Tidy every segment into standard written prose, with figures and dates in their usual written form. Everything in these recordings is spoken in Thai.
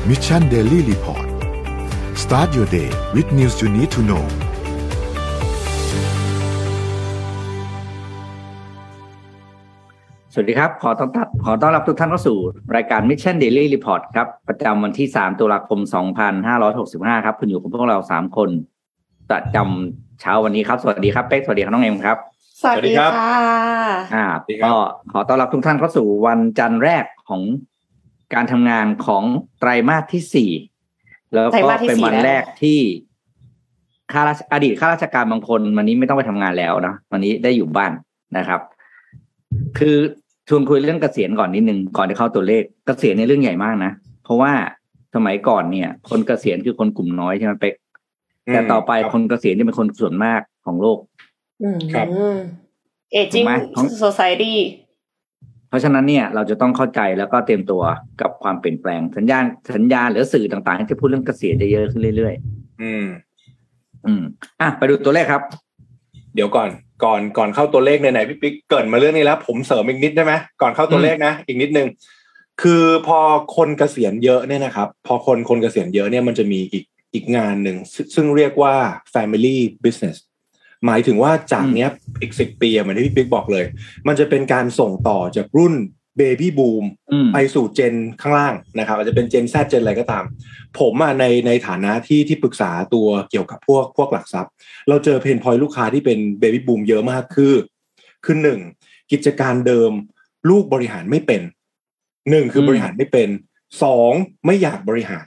Mission Daily Report Start your day with news you need to know สวัสดีครับขอต้อนรับทุกท่านเข้าสู่รายการ Mission Daily Report ครับประจำวันที่3ตุลาคม2565ครับคุณอยู่กับพวกเรา3คนประจำเช้าวันนี้ครับสวัสดีครับเป๊กสวัสดีครับน้องเอ็มครับสวัสดีค่ะก็ขอต้อนรับทุกท่านเข้าสู่วันจันทร์แรกของการทำงานของไตรมาสที่4แล้วก็เป็นวันแรกที่อดีตข้าราชการบางคนวันนี้ไม่ต้องไปทำงานแล้วนะวันนี้ได้อยู่บ้านนะครับคือชวนคุยเรื่องเกษียณก่อนนิดนึงก่อนจะเข้าตัวเลขเกษียณในเรื่องใหญ่มากนะเพราะว่าสมัยก่อนเนี่ยคนเกษียณคือคนกลุ่มน้อยใช่ไหมเป๊กแต่ต่อไปคนเกษียณจะเป็นคนส่วนมากของโลกครับAging Society เพราะฉะนั้นเนี่ยเราจะต้องเข้าใจแล้วก็เตรียมตัวกับความเปลี่ยนแปลงสัญญาณหรือสื่อต่างๆที่พูดเรื่องเกษียณจะเยอะขึ้นเรื่อยๆไปดูตัวเลขครับเดี๋ยวก่อนเข้าตัวเลขไหนๆพี่ปิ๊กเกริ่นมาเรื่องนี้แล้วผมเสริมอีกนิดได้ไหมก่อนเข้าตัวเลขนะอีกนิดนึงคือพอคนเกษียณเยอะเนี่ยนะครับพอคนเกษียณเยอะเนี่ยมันจะมีอีกงานหนึ่งซึ่งเรียกว่า family business หมายถึงว่าจากเนี้ยอีก10 ปีเหมือนที่พี่ปิ๊กบอกเลยมันจะเป็นการส่งต่อจากรุ่นเบบี้บูมไปสู่เจนข้างล่างนะครับอาจจะเป็นเจน Z เจนอะไรก็ตามผมในฐานะที่ปรึกษาตัวเกี่ยวกับพวกหลักทรัพย์เราเจอเพนพอยต์ลูกค้าที่เป็นเบบี้บูมเยอะมากคือ1กิจการเดิมลูกบริหารไม่เป็น1คือบริหารไม่เป็น2ไม่อยากบริหาร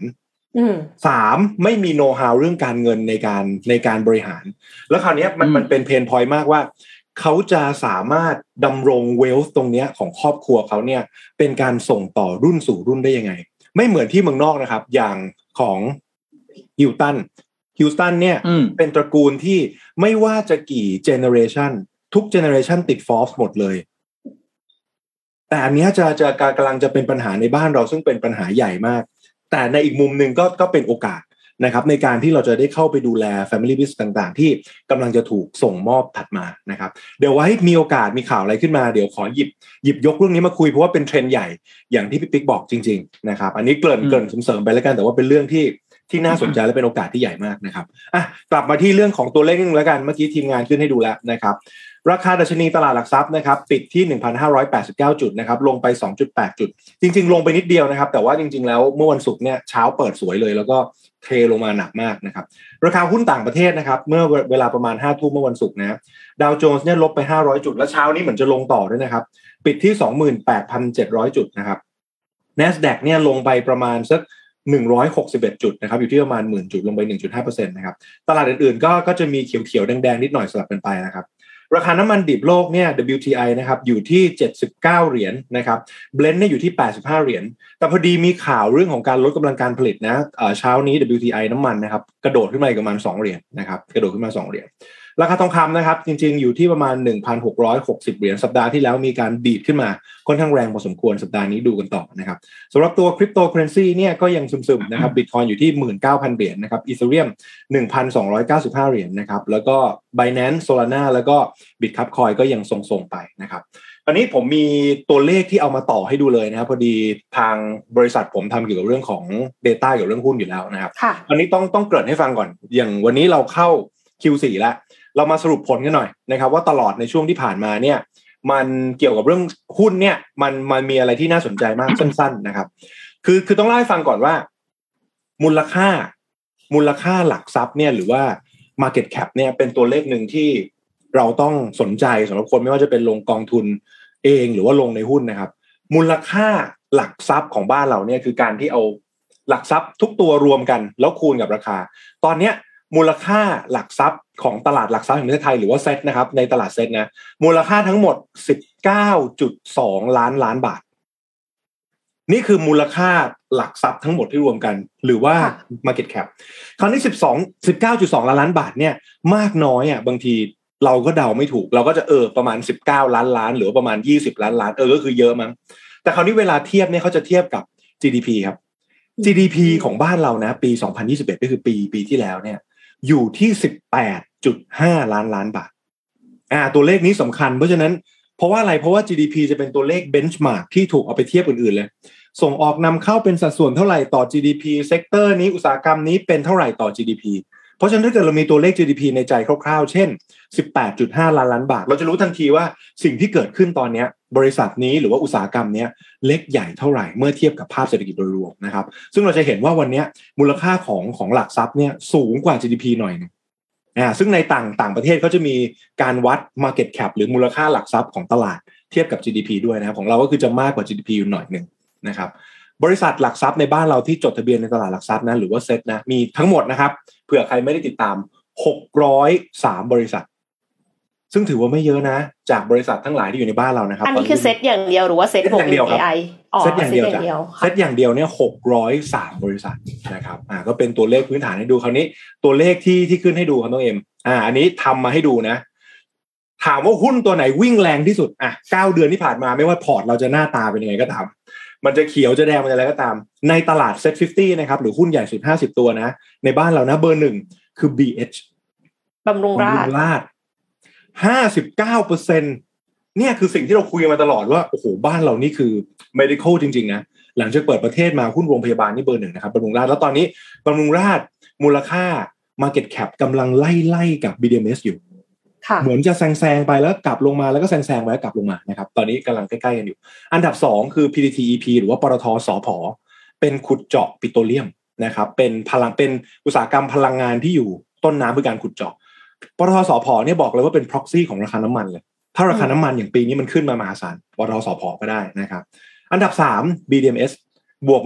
3ไม่มีโนว์ฮาวเรื่องการเงินในการบริหารแล้วคราวนี้มันเป็นเพนพอยต์มากว่าเขาจะสามารถดำรงเวลส์ตรงนี้ของครอบครัวเขาเนี่ยเป็นการส่งต่อรุ่นสู่รุ่นได้ยังไงไม่เหมือนที่เมืองนอกนะครับอย่างของฮิลตันเนี่ยเป็นตระกูลที่ไม่ว่าจะกี่เจเนอเรชันทุกเจเนอเรชันติดฟอสหมดเลยแต่อันนี้จะกำลังจะเป็นปัญหาในบ้านเราซึ่งเป็นปัญหาใหญ่มากแต่ในอีกมุมหนึ่งก็เป็นโอกาสนะครับในการที่เราจะได้เข้าไปดูแล Family Business ต่างๆที่กำลังจะถูกส่งมอบถัดมานะครับเดี๋ยวไว้มีโอกาสมีข่าวอะไรขึ้นมาเดี๋ยวขอหยิบยกเรื่องนี้มาคุยเพราะว่าเป็นเทรนด์ใหญ่อย่างที่พี่ปิ๊กบอกจริงๆนะครับอันนี้เกริ่นเสริมไปแล้วกันแต่ว่าเป็นเรื่องที่น่าสนใจและเป็นโอกาสที่ใหญ่มากนะครับกลับมาที่เรื่องของตัวเลขนิดนึงแล้วกันเมื่อกี้ทีมงานขึ้นให้ดูแล้วนะครับราคาดัชนีตลาดหลักทรัพย์นะครับปิดที่ 1,589 จุดนะครับลงไป 2.8 จุดจริงๆลงไปนิดเดียวนะครับแต่ว่าจริงๆแล้วเมื่อวันศุกร์เนี่ยเช้าเปิดสวยเลยแล้วก็เทลงมาหนักมากนะครับราคาหุ้นต่างประเทศนะครับเมื่อเวลาประมาณ 5 ทุ่มเมื่อวันศุกร์นะดาวโจนส์เนี่ยลบไป500จุดแล้วเช้านี้เหมือนจะลงต่อด้วยนะครับปิดที่ 28,700 จุดนะครับ NASDAQ เนี่ยลงไปประมาณสัก161 จุดนะครับอยู่ที่ประมาณ 10,000 จุดลงไป 1.5% นะครับตลาดอื่นๆก็จะมีเขียวๆแดงๆนิดหน่อยสลับกันไปนะครับราคาน้ำมันดิบโลกเนี่ย WTI นะครับอยู่ที่79เหรียญนะครับ Blend เนี่ยอยู่ที่85เหรียญแต่พอดีมีข่าวเรื่องของการลดกำลังการผลิตนะเช้านี้ WTI น้ำมันนะครับกระโดดขึ้นมาอีกประมาณ2เหรียญนะครับกระโดดขึ้นมา2เหรียญราคาทองคำนะครับจริงๆอยู่ที่ประมาณ 1,660 เหรียญสัปดาห์ที่แล้วมีการดีดขึ้นมาค่อนข้างแรงพอสมควรสัปดาห์นี้ดูกันต่อนะครับสำหรับตัวคริปโตเคอเรนซีเนี่ยก็ยังซึมๆนะครับ Bitcoin อยู่ที่ 19,000 เหรียญนะครับ Ethereum 1,295 เหรียญนะครับแล้วก็ Binance Solana แล้วก็ Bitcoin ก็ยังทรงๆไปนะครับตอนนี้ผมมีตัวเลขที่เอามาต่อให้ดูเลยนะครับพอดีทางบริษัทผมทำเกี่ยวกับเรื่องของ data เกี่ยวกับเรื่องหุ้นอยู่แล้วนะครับอันนี้ต้องเกริ่นให้ฟังก่อนอย่างวันนี้เราเข้า Q4 แล้วเรามาสรุปผลกันหน่อยนะครับว่าตลอดในช่วงที่ผ่านมาเนี่ยมันเกี่ยวกับเรื่องหุ้นเนี่ยมันมีอะไรที่น่าสนใจมากสั้นๆนะครับคือต้องเล่าให้ฟังก่อนว่ามูลค่าหลักทรัพย์เนี่ยหรือว่า market cap เนี่ยเป็นตัวเลขหนึ่งที่เราต้องสนใจสำหรับคนไม่ว่าจะเป็นลงกองทุนเองหรือว่าลงในหุ้นนะครับมูลค่าหลักทรัพย์ของบ้านเราเนี่ยคือการที่เอาหลักทรัพย์ทุกตัวรวมกันแล้วคูณกับราคาตอนเนี้ยมูลค่าหลักทรัพย์ของตลาดหลักทรัพย์แห่งประเทศไทยหรือว่าเซ็ตนะครับในตลาดเซ็ตนะมูลค่าทั้งหมด 19.2 ล้านบาทนี่คือมูลค่าหลักทรัพย์ทั้งหมดที่รวมกันหรือว่า market cap คราวนี้ 19.2 ล้านบาทเนี่ยมากน้อยอ่ะบางทีเราก็เดาไม่ถูกเราก็จะประมาณ19ล้านหรือประมาณ20ล้านก็คือเยอะมั้งแต่คราวนี้เวลาเทียบเนี่ยเขาจะเทียบกับ GDP ครับ GDP ของบ้านเรานะปี2021ก็คือปีที่แล้วเนี่ยอยู่ที่ 18.5 ล้านบาทตัวเลขนี้สำคัญเพราะฉะนั้นเพราะว่าอะไรเพราะว่า GDP จะเป็นตัวเลข benchmark ที่ถูกเอาไปเทียบอื่นๆเลยส่งออกนำเข้าเป็นสัดส่วนเท่าไหร่ต่อ GDP เซกเตอร์นี้อุตสาหกรรมนี้เป็นเท่าไหร่ต่อ GDP เพราะฉะนั้นถ้าเกิดเรามีตัวเลข GDP ในใจคร่าวๆเช่น 18.5 ล้านบาทเราจะรู้ทันทีว่าสิ่งที่เกิดขึ้นตอนนี้บริษัทนี้หรือว่าอุตสาหกรรมนี้เล็กใหญ่เท่าไหร่เมื่อเทียบกับภาพเศรษฐกิจโดยรวมนะครับซึ่งเราจะเห็นว่าวันนี้มูลค่าของหลักทรัพย์เนี่ยสูงกว่า GDP หน่อยนึงซึ่งในต่างประเทศเขาจะมีการวัด market cap หรือมูลค่าหลักทรัพย์ของตลาดเทียบกับ GDP ด้วยนะครับของเราก็คือจะมากกว่า GDP อยู่หน่อยนึงนะครับบริษัทหลักทรัพย์ในบ้านเราที่จดทะเบียนในตลาดหลักทรัพย์นะหรือว่าเซ็ตนะมีทั้งหมดนะครับเผื่อใครไม่ได้ติดตาม603บริษัทซึ่งถือว่าไม่เยอะนะจากบริษัททั้งหลายที่อยู่ในบ้านเรานะครับอันนี้คือเซ็ตอย่างเดียวหรือว่าเซ็ตของ AI เซ็ตอย่างเดียวจ้ะเซ็ตอย่างเดียวเนี่ย603บริษัทนะครับก็เป็นตัวเลขพื้นฐานให้ดูคราวนี้ตัวเลขที่ขึ้นให้ดูครับน้องเอ็มอันนี้ทำมาให้ดูนะถามว่าหุ้นตัวไหนวิ่งแรงที่สุด9 เดือนที่ผ่านมาไม่ว่าพอร์ตเราจะหน้าตาเป็นยังไงก็ตามมันจะเขียวจะแดงมันจะอะไรก็ตามในตลาดเซ็ต50นะครับหรือหุ้นใหญ่สุด50ตัวนะในบ้านเรานะเบอร์1คือ BH บำรุงราษฎร์59%เนี่ยคือสิ่งที่เราคุยมาตลอดว่าโอ้โหบ้านเรานี่คือ medical จริงๆนะหลังจากเปิดประเทศมาหุ้นโรงพยาบาลนี่เบอร์1นะครับบำรุงราษฎร์แล้วตอนนี้บำรุงราษฎร์มูลค่า market cap กำลังไล่กับ BDMs อยู่เหมือนจะแซงไปแล้วกลับลงมาแล้วก็แซงไปแล้วกลับลงมานะครับตอนนี้กำลังใกล้ๆกันอยู่อันดับ2คือ PTTEP หรือว่าปตท.สผ.เป็นขุดเจาะปิโตรเลียมนะครับเป็นอุตสาหกรรมพลังงานที่อยู่ต้นน้ำคือการขุดเจาะปตท.สผ.เนี่ยบอกเลยว่าเป็น proxy ของราคาน้ำมันเลยถ้าราคาน้ำมันอย่างปีนี้มันขึ้นมามหาศาลปตท.สผ.ก็ได้นะครับอันดับ3 BDMs บวกมา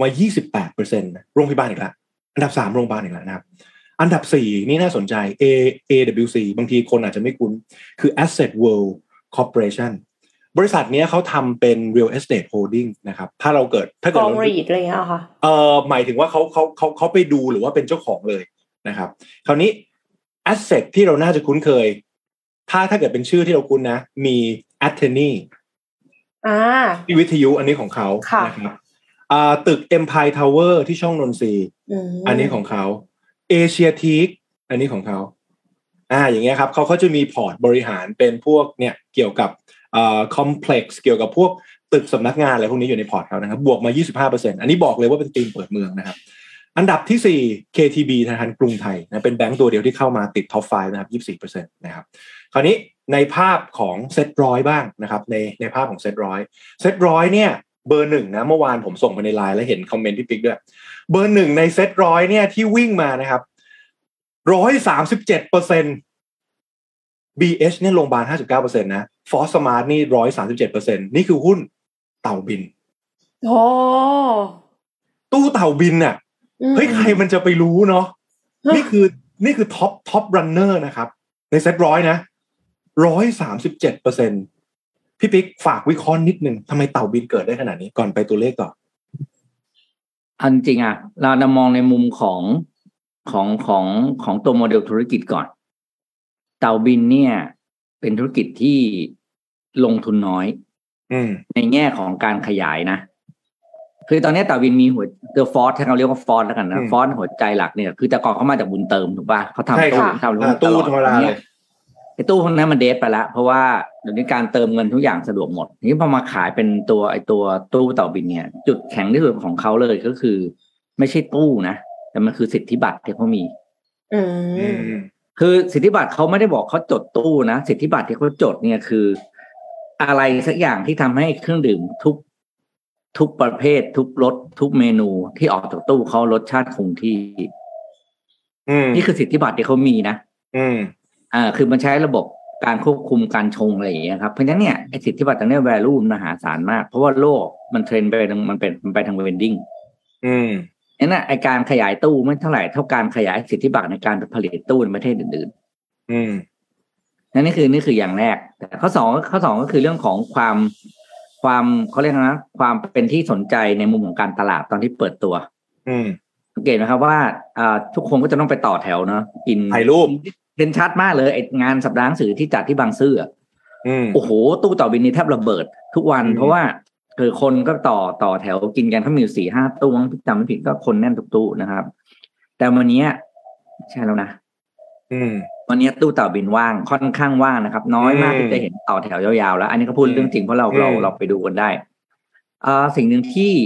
28% โรงพยาบาลอีกแล้วอันดับ3โรงพยาบาลอีกแล้วนะครับอันดับ4นี่น่าสนใจ AWC บางทีคนอาจจะไม่คุ้นคือ Asset World Corporation บริษัทนี้เขาทำเป็น real estate holding นะครับถ้าเกิดกองรีทอะไรเงี้ยค่ะหมายถึงว่าเขาไปดูหรือว่าเป็นเจ้าของเลยนะครับคราวนี้ asset ที่เราน่าจะคุ้นเคยถ้าเกิดเป็นชื่อที่เราคุ้นนะมี Attorney ที่วิทยุอันนี้ของเขานะครับตึก Empire Tower ที่ช่องนนทรีอันนี้ของเขาAsiatic อันนี้ของเขาอย่างเงี้ยครับเขาจะมีพอร์ตบริหารเป็นพวกเนี่ยเกี่ยวกับcomplex เกี่ยวกับพวกตึกสำนักงานอะไรพวกนี้อยู่ในพอร์ตเขานะครับบวกมา 25% อันนี้บอกเลยว่าเป็นทีมเปิดเมืองนะครับอันดับที่4 KTB ธนาคารกรุงไทยนะเป็นแบงก์ตัวเดียวที่เข้ามาติดท็อป5นะครับ 24% นะครับคราวนี้ในภาพของเซ็ตร้อยบ้างนะครับในภาพของเซ็ตร้อยเนี่ยเบอร์1นะเมื่อวานผมส่งไปในไลน์แล้วเห็นคอมเมนต์พี่ปิ๊กด้วยเบอร์1ในเซ็ตร้อยเนี่ยที่วิ่งมานะครับ 137% BH เนี่ยโรงพยาบาล 59% นะ Ford Smart นี่ 137% นี่คือหุ้นเต่าบินโอ้ตู้เต่าบินน่ะเฮ้ยใครมันจะไปรู้เนาะนี่คือท็อปรันเนอร์นะครับในเซ็ตร้อยนะ 137%พี่ปิ๊กฝากวิเคราะห์นิดนึงทำไมเต่าบินเกิดได้ขนาดนี้ก่อนไปตัวเลขต่ออันจริงอ่ะเรามองในมุมของตัวโมเดลธุรกิจก่อนเต่าบินเนี่ยเป็นธุรกิจที่ลงทุนน้อยในแง่ของการขยายนะคือตอนนี้เต่าบินมีหัวตัวฟอร์สที่เราเรียกว่าฟอร์สแล้วกันนะฟอร์สหัวใจหลักเนี่ยคือแต่ก่อนเขามาจากบุญเติมถูกป่ะเขาทำตู้ธรรมดาเลยไอ้ตู้พวกนั้นมันเดทไปแล้วเพราะว่าเดี๋ยวนี้การเติมเงินทุกอย่างสะดวกหมดนี่พอมาขายเป็นตัวตู้เต่าบินเนี่ยจุดแข็งที่สุดของเขาเลยก็คือไม่ใช่ตู้นะแต่มันคือสิทธิบัตรที่เขามีคือสิทธิบัตรเขาไม่ได้บอกเขาจดตู้นะสิทธิบัตรที่เขาจดเนี่ยคืออะไรสักอย่างที่ทำให้เครื่องดื่มทุกประเภททุกรสทุกเมนูที่ออกจากตู้เขารสชาติคงที่นี่คือสิทธิบัตรที่เขามีนะคือมันใช้ระบบการควบคุมการชงอะไรอย่างเงี้ยครับเพราะฉะนั้นเนี่ยไอ้สิทธิบัตรตรงนี้ value มหาศาลมากเพราะว่าโลกมันเทรนไปมันไปทาง vending นั่นน่ะไอการขยายตู้ไม่เท่าไหร่เท่าการขยายสิทธิบัตรในการผลิตตู้ในประเทศอื่นๆนี่คืออย่างแรกแต่ข้อสองก็คือเรื่องของความเขาเรียกนะความเป็นที่สนใจในมุมของการตลาดตอนที่เปิดตัวสังเกตไหมครับว่าทุกคนก็จะต้องไปต่อแถวเนาะกินถ่ายรูปเห็นชัดมากเลยไองานสัปดาห์หนังสือที่จัดที่บางซื่อโอ้โหตู้ต่อบินนี่แทบระเบิดทุกวันเพราะว่าคือคนก็ต่อแถวกินกันเขามีอยู่ 4-5 ตู้จำไม่ผิดก็คนแน่นทุกตู้นะครับแต่วันนี้ใช่แล้วนะวันนี้ตู้ต่อบินว่างค่อนข้างว่างนะครับน้อยมากที่จะเห็นต่อแถวยาวๆแล้วอันนี้ก็พูดเรื่องจริงเพราะเราไปดูกันได้สิ่งหนึ่งที่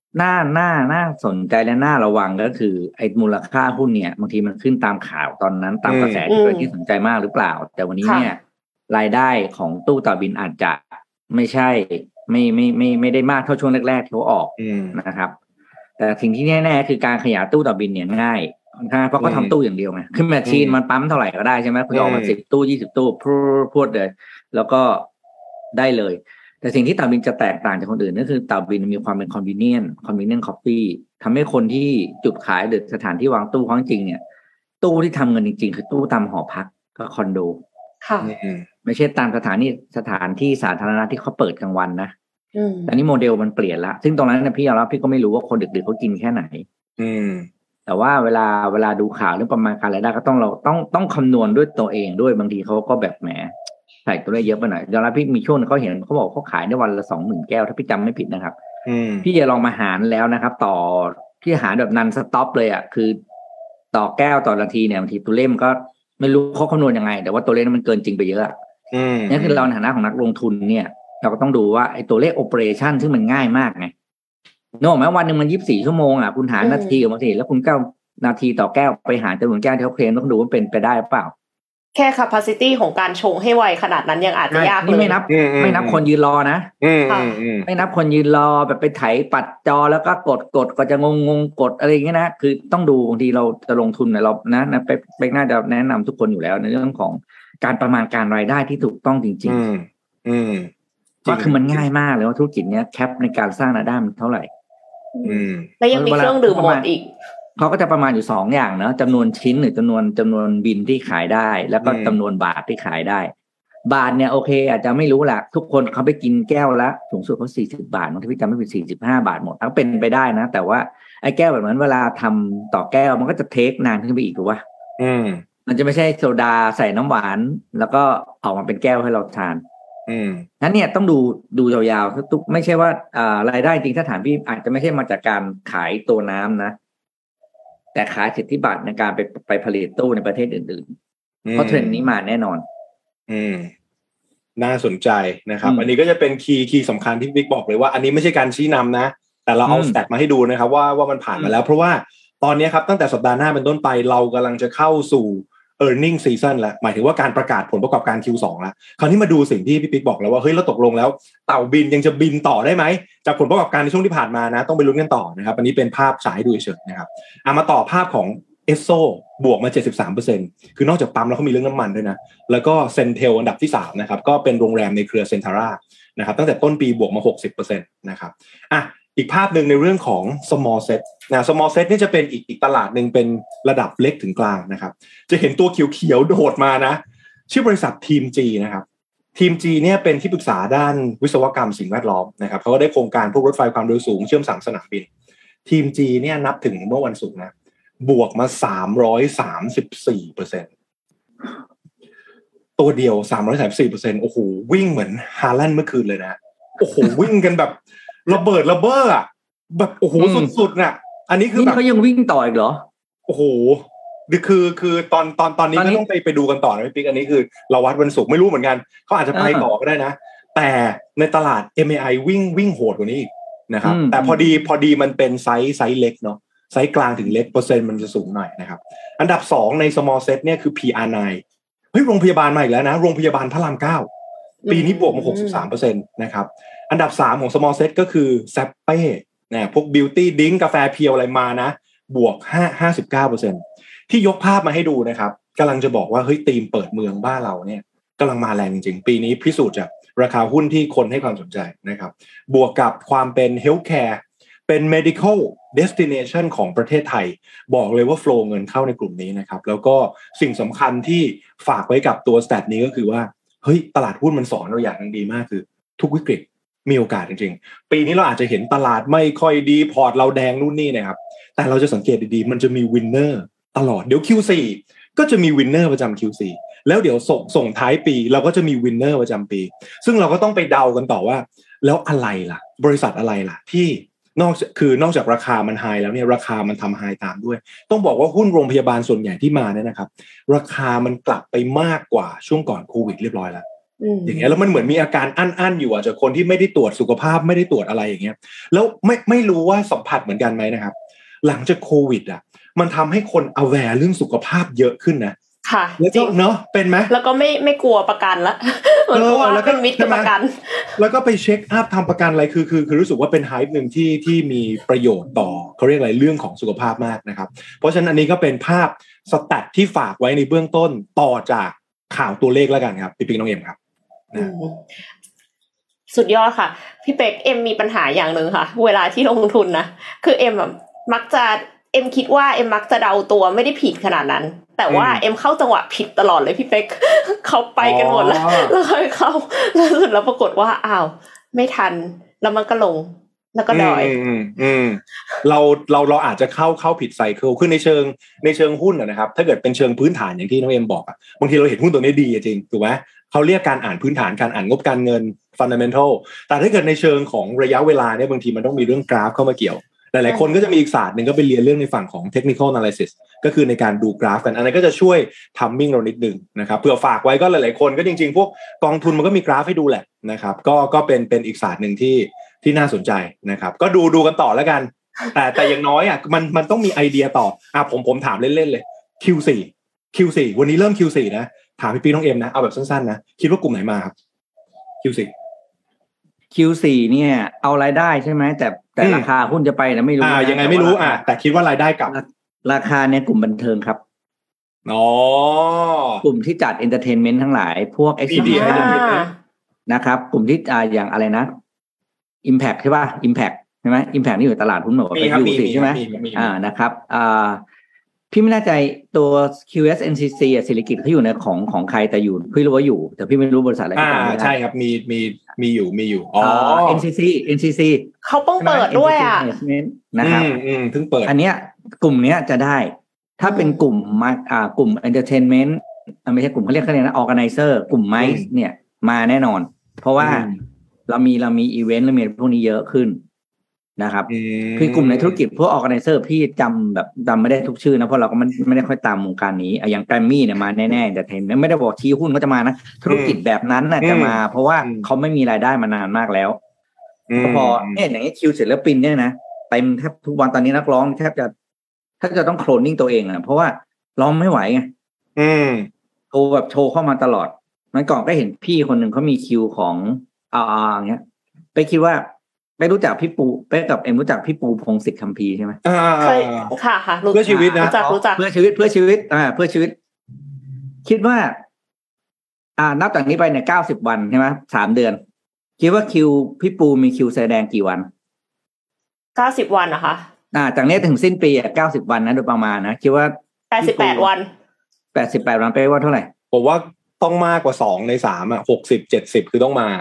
น่าสนใจและน่าระวังก็คือไอ้มูลค่าหุ้นเนี่ยบางทีมันขึ้นตามข่าวตอนนั้นตามกระแสที่เป็นที่สนใจมากหรือเปล่าแต่วันนี้เนี่ยรายได้ของตู้ต่อบินอาจจะไม่ใช่ไม่ได้มากเท่าช่วงแรกๆที่เขาออกนะครับแต่สิ่งที่แน่ๆคือการขยายตู้ต่อบินเนี่ยง่ายเพราะเขาทำตู้อย่างเดียวไงคือแมชชีนมันปั๊มเท่าไหร่ก็ได้ใช่ไหมคุณออกมา10 ตู้20 ตู้พูดเลยแล้วก็ได้เลยแต่สิ่งที่เต่าบินจะแตกต่างจากคนอื่นก็คือเต่าบินมีความเป็นconvenient coffee ทำให้คนที่จุดขายหรือสถานที่วางตู้ของจริงเนี่ยตู้ที่ทำเงินจริงๆคือตู้ตามหอพักกับคอนโดค่ะไม่ใช่ตามสถานที่สาธารณะที่เขาเปิดกลางวันนะแต่นี่โมเดลมันเปลี่ยนละซึ่งตรงนั้นพี่ยอมรับพี่ก็ไม่รู้ว่าคนดึกๆเขากินแค่ไหนแต่ว่าเวลาดูข่าวเรื่องประมาณการรายได้ก็ต้องคำนวณด้วยตัวเองด้วยบางทีเขาก็แบบแหมใส่ตัวเลขเยอะไปหน่อยยอมรับพี่มีช่วงเขาเห็นเขาบอกเขาขายได้วันละ 20,000 แก้วถ้าพี่จำไม่ผิดนะครับพี่จะลองมาหารแล้วนะครับต่อพี่หารแบบนันสต็อปเลยอ่ะคือต่อแก้วต่อนาทีเนี่ยบางทีตัวเลขมันก็ไม่รู้เขาคำนวณยังไงแต่ว่าตัวเลขมันเกินจริงไปเยอะนี่คือเราในฐานะของนักลงทุนเนี่ยเราก็ต้องดูว่าไอ้ตัวเลขโอเปอเรชั่นซึ่งมันง่ายมากไงนึกออกไหมวันนึงมัน24 ชั่วโมงอ่ะคุณหารนาทีกับนาทีแล้วคุณ9 นาทีต่อแก้วไปหารจำนวนแก้วที่เขาเคลมต้องดูว่าเป็นไปได้เปล่าแค่ capacity ของการชงให้ไวขนาดนั้นยังอาจจะยากเลยไม่นับคนยืนรอนะไม่นับคนยืนรอแบบไปไถปัดจอแล้วก็กดก็จะงงกดอะไรอย่างเงี้ยนะคือต้องดูบางทีเราจะลงทุนเนี่ยเรานะไปน่าจะแนะนำทุกคนอยู่แล้วในเรื่องของการประมาณการรายได้ที่ถูกต้องจริงๆก็คือมันง่ายมากเลยว่าธุรกิจเนี้ยแคปในการสร้างรายได้มันเท่าไหร่แล้วยังมีเครื่องดื่มหมดอีกเขาก็จะประมาณอยู่2 อย่างเนาะจำนวนชิ้นหรือจำนวนบินที่ขายได้แล้วก็จำนวนบาทที่ขายได้บาทเนี่ยโอเคอาจจะไม่รู้แหละทุกคนเขาไปกินแก้วละสูงสุดเขา40 บาทบางทีพี่จำไม่ผิด45 บาทหมดทั้งเป็นไปได้นะแต่ว่าไอ้แก้วแบบนั้นเวลาทำต่อแก้วมันก็จะเทคนานขึ้นไปอีกถูกป่ะมันจะไม่ใช่โซดาใส่น้ำหวานแล้วก็ออกมาเป็นแก้วให้เราทานนั้นเนี่ยต้องดูยาวๆทุกไม่ใช่ว่ารายได้จริงถ้าถามพี่อาจจะไม่ใช่มาจากการขายตัวน้ำนะแต่ขายสิทธิบัตรในการไปผลิตตู้ในประเทศอื่นๆเพราะเทรนด์นี้มาแน่นอนน่าสนใจนะครับอันนี้ก็จะเป็นคีย์สำคัญที่บิ๊กบอกเลยว่าอันนี้ไม่ใช่การชี้นำนะแต่เราเอาสแตทมาให้ดูนะครับว่ามันผ่านมาแล้วเพราะว่าตอนนี้ครับตั้งแต่สัปดาห์หน้าเป็นต้นไปเรากำลังจะเข้าสู่ earning season แล้วหมายถึงว่าการประกาศผลประกอบการ Q2 แล้วคราวนี้มาดูสิ่งที่พี่ปิ๊กบอกแล้วว่าเฮ้ยเราตกลงแล้วเต่าบินยังจะบินต่อได้ไหมจากผลประกอบการในช่วงที่ผ่านมานะต้องไปลุ้นกันต่อนะครับอันนี้เป็นภาพฉายให้ดูเฉยๆนะครับมาต่อภาพของเอสโซบวกมา 73% คือนอกจากปั๊มแล้วเขามีเรื่องน้ำมันด้วยนะแล้วก็เซนเทลอันดับที่3นะครับก็เป็นโรงแรมในเครือเซนทาร่านะครับตั้งแต่ต้นปีบวกมา 60% นะครับอีกภาพหนึ่งในเรื่องของ small set นะ small set นี่จะเป็นอีกตลาดหนึ่งเป็นระดับเล็กถึงกลางนะครับจะเห็นตัวเขียวๆโดดมานะชื่อบริษัททีม G นะครับทีม G เนี่ยเป็นที่ปรึกษาด้านวิศวกรรมสิ่งแวดล้อมนะครับเขาก็ได้โครงการพวกรถไฟความเร็วสูงเชื่อม3 สนามบินทีม G เนี่ยนับถึงเมื่อวันศุกร์นะบวกมา 334%ตัวเดียว 334% โอ้โหวิ่งเหมือนฮาแลนด์เมื่อคืนเลยนะโอ้โหวิ่งกันแบบระเบิดระเบ้ออ่ะแบบโอ้โหสุดๆน่ะอันนี้คือแบบเขายังวิ่งต่ออีกเหรอโอ้โหคือตอนนี้ก็ต้องไปดูกันต่อนะพี่ปิ๊กอันนี้คือเราวัดวันศุกร์ไม่รู้เหมือนกันเขาอาจจะไปต่อก็ได้นะแต่ในตลาด MAI วิ่งโหดกว่านี้อีกนะครับแต่พอดีมันเป็นไซส์เล็กเนาะไซส์กลางถึงเล็กเปอร์เซ็นต์มันจะสูงหน่อยนะครับอันดับ2ใน small set เนี่ยคือ PR9 เฮ้ยโรงพยาบาลมาอีกแล้วนะโรงพยาบาลพระราม9ปีนี้บวกมา 63% นะครับอันดับ3ของ small set ก็คือแซปเป้นะพวก beauty drink กาแฟเพียวอะไรมานะบวก 59% ที่ยกภาพมาให้ดูนะครับกำลังจะบอกว่าเฮ้ยธีมเปิดเมืองบ้านเราเนี่ยกำลังมาแรงจริงๆปีนี้พิสูจน์จากราคาหุ้นที่คนให้ความสนใจนะครับบวกกับความเป็น healthcare เป็น medical destination ของประเทศไทยบอกเลยว่าโฟลว์เงินเข้าในกลุ่มนี้นะครับแล้วก็สิ่งสำคัญที่ฝากไว้กับตัว stat นี้ก็คือว่าเฮ้ยตลาดหุ้นมันสอนเราอย่างนึงดีมากคือทุกวิกฤตมีโอกาสจริงๆปีนี้เราอาจจะเห็นตลาดไม่ค่อยดีพอร์ตเราแดงนู่นนี่นะครับแต่เราจะสังเกตดีๆมันจะมีวินเนอร์ตลอดเดี๋ยว Q4 ก็จะมีวินเนอร์ประจำ Q4 แล้วเดี๋ยวส่งท้ายปีเราก็จะมีวินเนอร์ประจำปีซึ่งเราก็ต้องไปเดากันต่อว่าแล้วอะไรล่ะบริษัทอะไรล่ะที่นอกจากราคามันไฮแล้วเนี่ยราคามันทำไฮตามด้วยต้องบอกว่าหุ้นโรงพยาบาลส่วนใหญ่ที่มาเนี่ยนะครับราคามันกลับไปมากกว่าช่วงก่อนโควิดเรียบร้อยแล้วอย่างเงี้ยแล้วมันเหมือนมีอาการอั้นๆอยู่จากคนที่ไม่ได้ตรวจสุขภาพไม่ได้ตรวจอะไรอย่างเงี้ยแล้วไม่รู้ว่าสัมผัสเหมือนกันไหมนะครับหลังจากโควิดมันทำให้คน aware เรื่องสุขภาพเยอะขึ้นนะค่ะแล้วก็เนาะเป็นไหมแล้วก็ไม่กลัวประกันละแล้วก็มิตรกับประกันแล้วก็ไปเช็คอัพทำประกันอะไรคือรู้สึกว่าเป็นไฮป์หนึ่งที่มีประโยชน์ต่อเขาเรียกอะไรเรื่องของสุขภาพมากนะครับเพราะฉะนั้นอันนี้ก็เป็นภาพสแตทที่ฝากไว้ในเบื้องต้นต่อจากข่าวตัวเลขแล้วกันครับพี่ปิ๊กน้องเอ็มครับสุดยอดค่ะพี่เป็กเอ็มมีปัญหาอย่างนึงค่ะเวลาที่ลงทุนนะคือเอ็มมักจะเอ็มคิดว่าเอ็มมักจะเดาตัวไม่ได้ผิดขนาดนั้นแต่ว่าเอ็มเข้าจังหวะผิดตลอดเลยพี่เป็กเขาไปกันหมดแล้วค่อยเข้าแล้วสุดแล้วปรากฏว่าอ้าวไม่ทันแล้วมันก็ลงแล้วก็ดอยเราอาจจะเข้าผิดไซเคิลคือในเชิงหุ้นนะครับถ้าเกิดเป็นเชิงพื้นฐานอย่างที่น้องเอ็มบอกบางทีเราเห็นหุ้นตัวนี้ดีจริงถูกไหมเขาเรียกการอ่านพื้นฐานการอ่านงบการเงิน fundamental แต่ถ้าเกิดในเชิงของระยะเวลาเนี่ยบางทีมันต้องมีเรื่องกราฟเข้ามาเกี่ยวหลายๆคนก็จะมีอีกศาสตร์หนึ่งก็ไปเรียนเรื่องในฝั่งของ technical analysis ก็คือในการดูกราฟกันอันนั้นก็จะช่วย timing เรานิดนึงนะครับเผื่อฝากไว้ก็หลายๆคนก็จริงๆพวกกองทุนมันก็มีกราฟให้ดูแหละนะครับก็เป็นอีกศาสตร์หนึ่งที่น่าสนใจนะครับก็ดูกันต่อแล้วกันแต่อย่างน้อยมันต้องมีไอเดียต่อผมถามเล่นๆเลย Q4 วันนี้เริ่ม Q4 นะถามพี่น้องเอ็มนะเอาแบบสั้นๆนะคิดว่ากลุ่มไหนมาครับ Q4 เนี่ยเอารายได้ใช่ไหมแต่ราคาหุ้นจะไปนะไม่รู้ยังไงไม่รู้แต่คิดว่ารายได้กับราคาเนี่ยกลุ่มบันเทิงครับกลุ่มที่จัดเอนเตอร์เทนเมนต์ทั้งหลายพวก Expedia นะครับกลุ่มที่อย่างอะไรนะ Impact ใช่ป่ะ Impact ใช่ไหม Impact นี่อยู่ตลาดหุ้นหมดไปอยู่สิใช่ไหมนะครับพี่ไม่แน่ใจตัว QS NCC ศิริกิติ์เขาอยู่ในของใครแต่อยู่พี่รู้ว่าอยู่แต่พี่ไม่รู้บริษัทอะไรใช่ครับมีอยู่ NCC เขาเพิ่งเปิดด้วยนะครับเพิ่งเปิดอันเนี้ยกลุ่มเนี้ยจะได้ถ้าเป็นกลุ่มกลุ่ม entertainment ไม่ใช่กลุ่มเขาเรียกอะไรนะ organizer กลุ่ม MICE เนี่ยมาแน่นอนเพราะว่าเรามีอีเวนต์เรามีพวกนี้เยอะขึ้นนะครับคือกลุ่มในธุรกิจพวก organizer พี่จำไม่ได้ทุกชื่อนะเพราะเราก็ไม่ได้ค่อยตามวงการนี้อย่าง Grammy เนี่ยมาแน่ๆแต่เห็นไม่ได้บอกชี้หุ้นก็จะมานะธุรกิจแบบนั้นน่ะจะมาเพราะว่าเขาไม่มีรายได้มานานมากแล้วพอเนี่ยอย่างนี้คิวศิลปินเนี่ยนะเต็มแทบทุกวันตอนนี้นักร้องแทบจะต้องโคลนนิ่งตัวเองอ่ะเพราะว่าร้องไม่ไหวไงโชว์เข้ามาตลอดมันก่อนก็เห็นพี่คนหนึ่งเขามีคิวของอย่างเงี้ยไปคิดว่าไปรู้จักพี่ปูไปกับเอ็มรู้จักพี่ปูพงศิษฐ์คัมภีร์ใช่ไหมเคยค่ะเพื่อชีวิตนะรู้จักเพื่อชีวิตเพื่อชีวิตคิดว่านับจากนี้ไปเนี่ย90 วันใช่ไหม3 เดือนคิดว่าคิวพี่ปูมีคิวแสดงกี่วัน 90 วันนะคะจากนี้ถึงสิ้นปี90 วันนะโดยประมาณนะคิดว่า 88 วัน 88 วันไปว่าเท่าไหร่ผมว่าต้องมากกว่า2 ใน 3 60-70คือต้องมา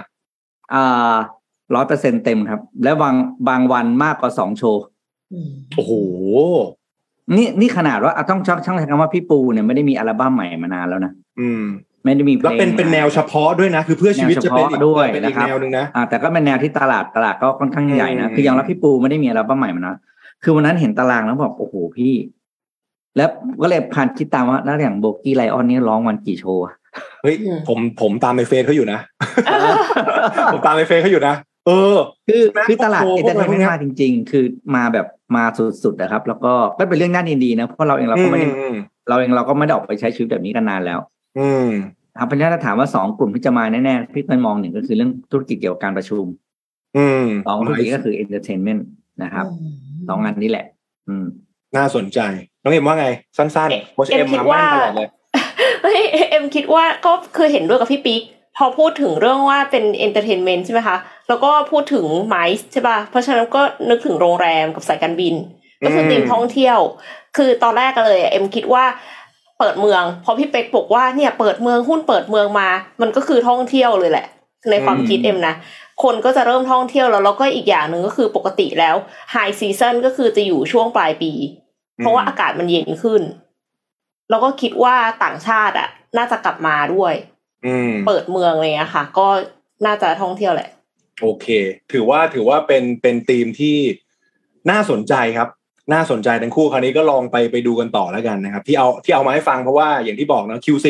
100% เต็มครับและบางวันมากกว่า2 โชว์โอ้โหนี่ขนาดว่าต้องช่างใช้คำว่าพี่ปูเนี่ยไม่ได้มีอัลบั้มใหม่มานานแล้วนะไม่ได้มีเพลงแล้วเป็นแนวเฉพาะด้วยนะคือเพื่อชีวิตจะเป็นอีกด้วยเป็นอีกแนวนึงนะแต่ก็เป็นแนวที่ตลาดก็ค่อนข้างใหญ่นะคืออย่างละพี่ปูไม่ได้มีอัลบั้มใหม่มานานคือวันนั้นเห็นตารางแล้วบอกโอ้โหพี่แล้วก็เลยผ่านคิดตามว่าแล้วอย่างโบกี้ไลออนนี่ร้องวันกี่โชว์เฮ้ยผมตามในเฟซเขาอยู่นะผมตามในเฟซเขาอยู่นะคือตลาดเอเจนต์ไม่มาจริงๆคือมาแบบมาสุดๆนะครับแล้วก็เป็นเรื่องน่ายินดีนะเพราะเราเองเราก็ไม่ได้ออกไปใช้ชีวิตแบบนี้กันนานแล้วครับเพราะฉะนั้นถ้าถามว่า2 กลุ่มที่จะมาแน่ๆพี่เคยมอง1ก็คือเรื่องธุรกิจเกี่ยวกับการประชุม2ธุรกิจก็คือ entertainment นะครับ2 งานนี้แหละน่าสนใจน้องเอ็มว่าไงสั้นๆโค้ชเอ็มมาแม่นตลอดเลยเอ็มคิดว่าก็คือเห็นด้วยกับพี่ปิ๊กพอพูดถึงเรื่องว่าเป็น entertainment ใช่ไหมคะแล้วก็พูดถึง MICE ใช่ป่ะเพราะฉะนั้นก็นึกถึงโรงแรมกับสายการบินก็คือธีมท่องเที่ยวคือตอนแรกเลยเอ็มคิดว่าเปิดเมืองพอพี่เป็กบอกว่าเนี่ยเปิดเมืองหุ้นเปิดเมืองมามันก็คือท่องเที่ยวเลยแหละในความคิดเอ็มนะคนก็จะเริ่มท่องเที่ยวแล้วก็อีกอย่างนึงก็คือปกติแล้ว high season ก็คือจะอยู่ช่วงปลายปีเพราะว่าอากาศมันเย็นขึ้นแล้วก็คิดว่าต่างชาติน่าจะกลับมาด้วยเปิดเมืองอะไรเงี้ยค่ะก็น่าจะท่องเที่ยวแหละโอเคถือว่าเป็นธีมที่น่าสนใจครับน่าสนใจทั้งคู่คราวนี้ก็ลองไปดูกันต่อแล้วกันนะครับที่เอามาให้ฟังเพราะว่าอย่างที่บอกนะ Q4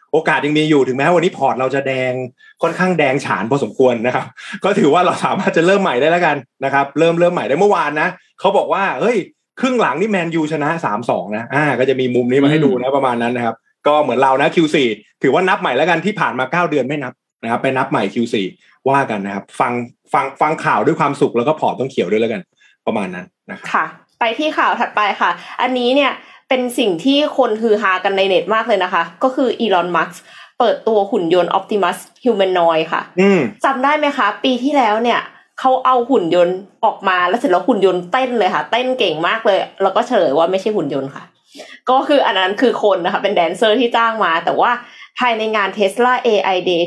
โอกาสยังมีอยู่ถึงแม้วันนี้พอร์ตเราจะแดงค่อนข้างแดงฉานพอสมควรนะครับก็ถือว่าเราสามารถจะเริ่มใหม่ได้แล้วกันนะครับเริ่มใหม่ได้เมื่อวานนะเขาบอกว่าเฮ้ยครึ่งหลังนี่แมนยูชนะ 3-2 นะก็จะมีมุมนี้มาให้ดูนะประมาณนั้นนะครับก็เหมือนเรานะ Q4 ถือว่านับใหม่แล้วกันที่ผ่านมา9เดือนไม่นับนะครับไปนับใหม่ Q4 ว่ากันนะครับฟังข่าวด้วยความสุขแล้วก็พอร์ตต้องเขียวด้วยแล้วกันประมาณนั้นนะครับค่ะไปที่ข่าวถัดไปค่ะอันนี้เนี่ยเป็นสิ่งที่คนฮือฮากันในเน็ตมากเลยนะคะก็คืออีลอนมัสก์เปิดตัวหุ่นยนต์ Optimus Humanoid ค่ะจำได้ไหมคะปีที่แล้วเนี่ยเขาเอาหุ่นยนต์ออกมาแล้วเสร็จแล้วหุ่นยนต์เต้นเลยค่ะเต้นเก่งมากเลยแล้วก็เฉลยว่าไม่ใช่หุ่นยนต์ค่ะก็คืออันนั้นคือคนนะคะเป็นแดนเซอร์ที่จ้างมาแต่ว่าภายในงาน Tesla AI Day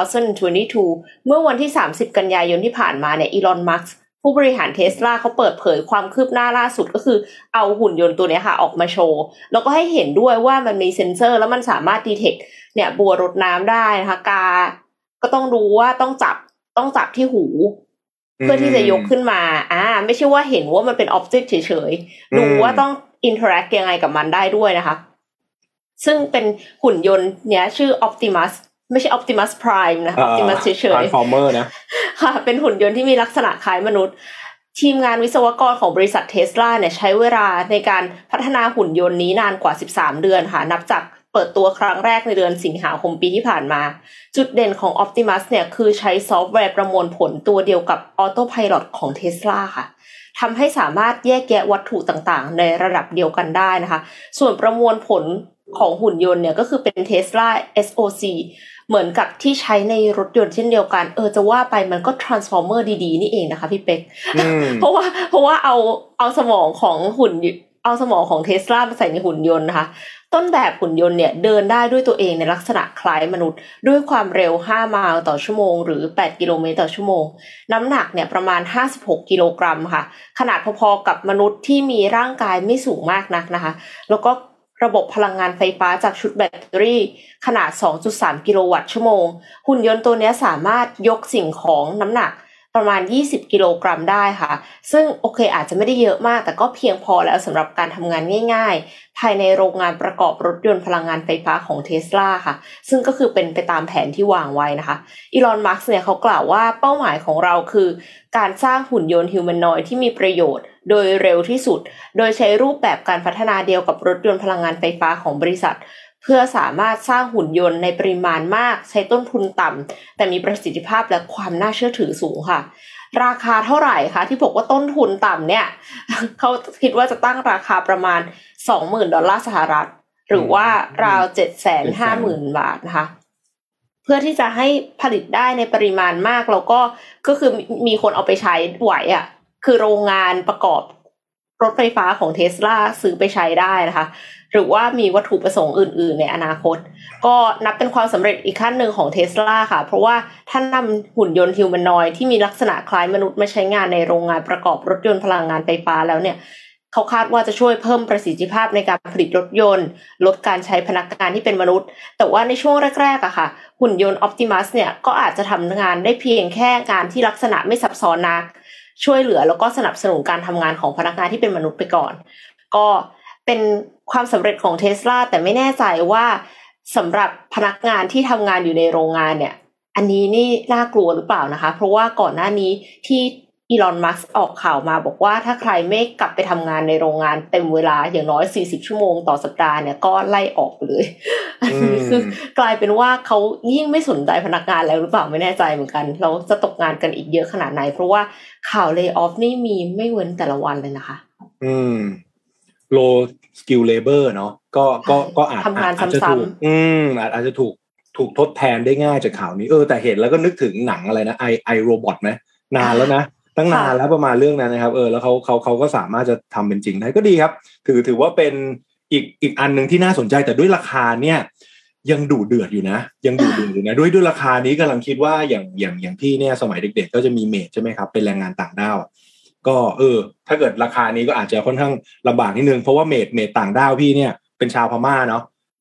2022 เมื่อวันที่30กันยายนที่ผ่านมาเนี่ยอีลอนมัสก์ผู้บริหาร Tesla เขาเปิดเผยความคืบหน้าล่าสุดก็คือเอาหุ่นยนต์ตัวนี้ค่ะออกมาโชว์แล้วก็ให้เห็นด้วยว่ามันมีเซ็นเซอร์แล้วมันสามารถดีเทคเนี่ยบัวรดน้ำได้นะคะกาก็ต้องรู้ว่าต้องจับที่หูเพื่อที่จะยกขึ้นมาไม่ใช่ว่าเห็นว่ามันเป็นอ็อบเจกต์เฉยๆดูว่าต้องอินเทอร์แอคยังไงกับมันได้ด้วยนะคะซึ่งเป็นหุ่นยนต์เนี้ยชื่อ Optimus ไม่ใช่ Optimus Prime นะ Optimus เฉยๆ Transformer นะค่ะเป็นหุ่นยนต์ที่มีลักษณะคล้ายมนุษย์ทีมงานวิศวกรของบริษัท Tesla เนี่ยใช้เวลาในการพัฒนาหุ่นยนต์นี้นานกว่า13เดือนค่ะนับจากเปิดตัวครั้งแรกในเดือนสิงหาคมปีที่ผ่านมาจุดเด่นของ Optimus เนี่ยคือใช้ซอฟต์แวร์ประมวลผลตัวเดียวกับ Autopilot ของ Tesla ค่ะทำให้สามารถแยกแยะวัตถุต่างๆในระดับเดียวกันได้นะคะส่วนประมวลผลของหุ่นยนต์เนี่ยก็คือเป็น Tesla SoC เหมือนกับที่ใช้ในรถยนต์เช่นเดียวกันจะว่าไปมันก็ Transformer ดีๆนี่เองนะคะพี่เป็ก เพราะว่าเอาสมองของ Tesla มาใส่ในหุ่นยนต์นะคะต้นแบบหุ่นยนต์เนี่ยเดินได้ด้วยตัวเองในลักษณะคล้ายมนุษย์ด้วยความเร็ว5ไมล์ต่อชั่วโมงหรือ8กิโลเมตรต่อชั่วโมงน้ำหนักเนี่ยประมาณ56กิโลกรัมค่ะขนาดพอๆกับมนุษย์ที่มีร่างกายไม่สูงมากนักนะคะแล้วก็ระบบพลังงานไฟฟ้าจากชุดแบตเตอรี่ขนาด 2.3 กิโลวัตต์ชั่วโมงหุ่นยนต์ตัวนี้สามารถยกสิ่งของน้ำหนักประมาณ20กิโลกรัมได้ค่ะซึ่งโอเคอาจจะไม่ได้เยอะมากแต่ก็เพียงพอแล้วสำหรับการทำงานง่ายๆภายในโรงงานประกอบรถยนต์พลังงานไฟฟ้าของ Tesla ค่ะซึ่งก็คือเป็นไปตามแผนที่วางไว้นะคะอีลอน มัสก์เนี่ยเขากล่าวว่าเป้าหมายของเราคือการสร้างหุ่นยนต์ฮิวแมนนอยด์ที่มีประโยชน์โดยเร็วที่สุดโดยใช้รูปแบบการพัฒนาเดียวกับรถยนต์พลังงานไฟฟ้าของบริษัทเพื่อสามารถสร้างหุ่นยนต์ในปริมาณมากใช้ต้นทุนต่ำแต่มีประสิทธิภาพและความน่าเชื่อถือสูงค่ะราคาเท่าไหร่คะที่บอกว่าต้นทุนต่ำเนี่ยเขาคิดว่าจะตั้งราคาประมาณ $20,000 สหรัฐหรือว่าราว 750,000 บาทนะคะเพื่อที่จะให้ผลิตได้ในปริมาณมากแล้วก็คือมีคนเอาไปใช้ไหวคือโรงงานประกอบรถไฟฟ้าของ Tesla ซื้อไปใช้ได้นะคะหรือว่ามีวัตถุประสงค์อื่นๆในอนาคตก็นับเป็นความสำเร็จอีกขั้นหนึ่งของ Tesla ค่ะเพราะว่าท่านนำหุ่นยนต์ฮิวแมนนอยด์ที่มีลักษณะคล้ายมนุษย์มาใช้งานในโรงงานประกอบรถยนต์พลังงานไฟฟ้าแล้วเนี่ยเขาคาดว่าจะช่วยเพิ่มประสิทธิภาพในการผลิตรถยนต์ลดการใช้พนักงานที่เป็นมนุษย์แต่ว่าในช่วงแรกๆค่ะหุ่นยนต์ Optimus เนี่ยก็อาจจะทำงานได้เพียงแค่งานที่ลักษณะไม่ซับซ้อนนักช่วยเหลือแล้วก็สนับสนุนการทำงานของพนักงานที่เป็นมนุษย์ไปก่อนก็เป็นความสำเร็จของ Tesla แต่ไม่แน่ใจว่าสำหรับพนักงานที่ทำงานอยู่ในโรงงานเนี่ยอันนี้นี่น่ากลัวหรือเปล่านะคะเพราะว่าก่อนหน้านี้ที่อีลอน มัสก์ออกข่าวมาบอกว่าถ้าใครไม่กลับไปทำงานในโรงงานเต็มเวลาอย่างน้อย40ชั่วโมงต่อสัปดาห์เนี่ยก็ไล่ออกไปเลยอันนี้คือกลายเป็นว่าเขายิ่งไม่สนใจพนักงานแล้วหรือเปล่าไม่แน่ใจเหมือนกันเราจะตกงานกันอีกเยอะขนาดไหนเพราะว่าข่าวเลย์ออฟนี่มีไม่เว้นแต่ละวันเลยนะคะ low skill labor เนาะก็อาจจะถูกอาจจะถูกทดแทนได้ง่ายจากข่าวนี้แต่เห็นแล้วก็นึกถึงหนังอะไรนะไอโรบอทไหมนานแล้วนะตั้งนานแล้วประมาณเรื่องนั้นนะครับแล้วเขาก็สามารถจะทำเป็นจริงได้ก็ดีครับถือว่าเป็นอีกอันนึงที่น่าสนใจแต่ด้วยราคาเนี่ยยังดุเดือดอยู่นะด้วยราคานี้กำลังคิดว่าอย่างพี่เนี่ยสมัยเด็กๆก็จะมีเมดใช่ไหมครับเป็นแรงงานต่างด้าวก็ถ้าเกิดราคานี้ก็อาจจะค่อนข้างลำบากนิดนึงเพราะว่าเมดต่างด้าวพี่เนี่ยเป็นชาวพม่าเนาะ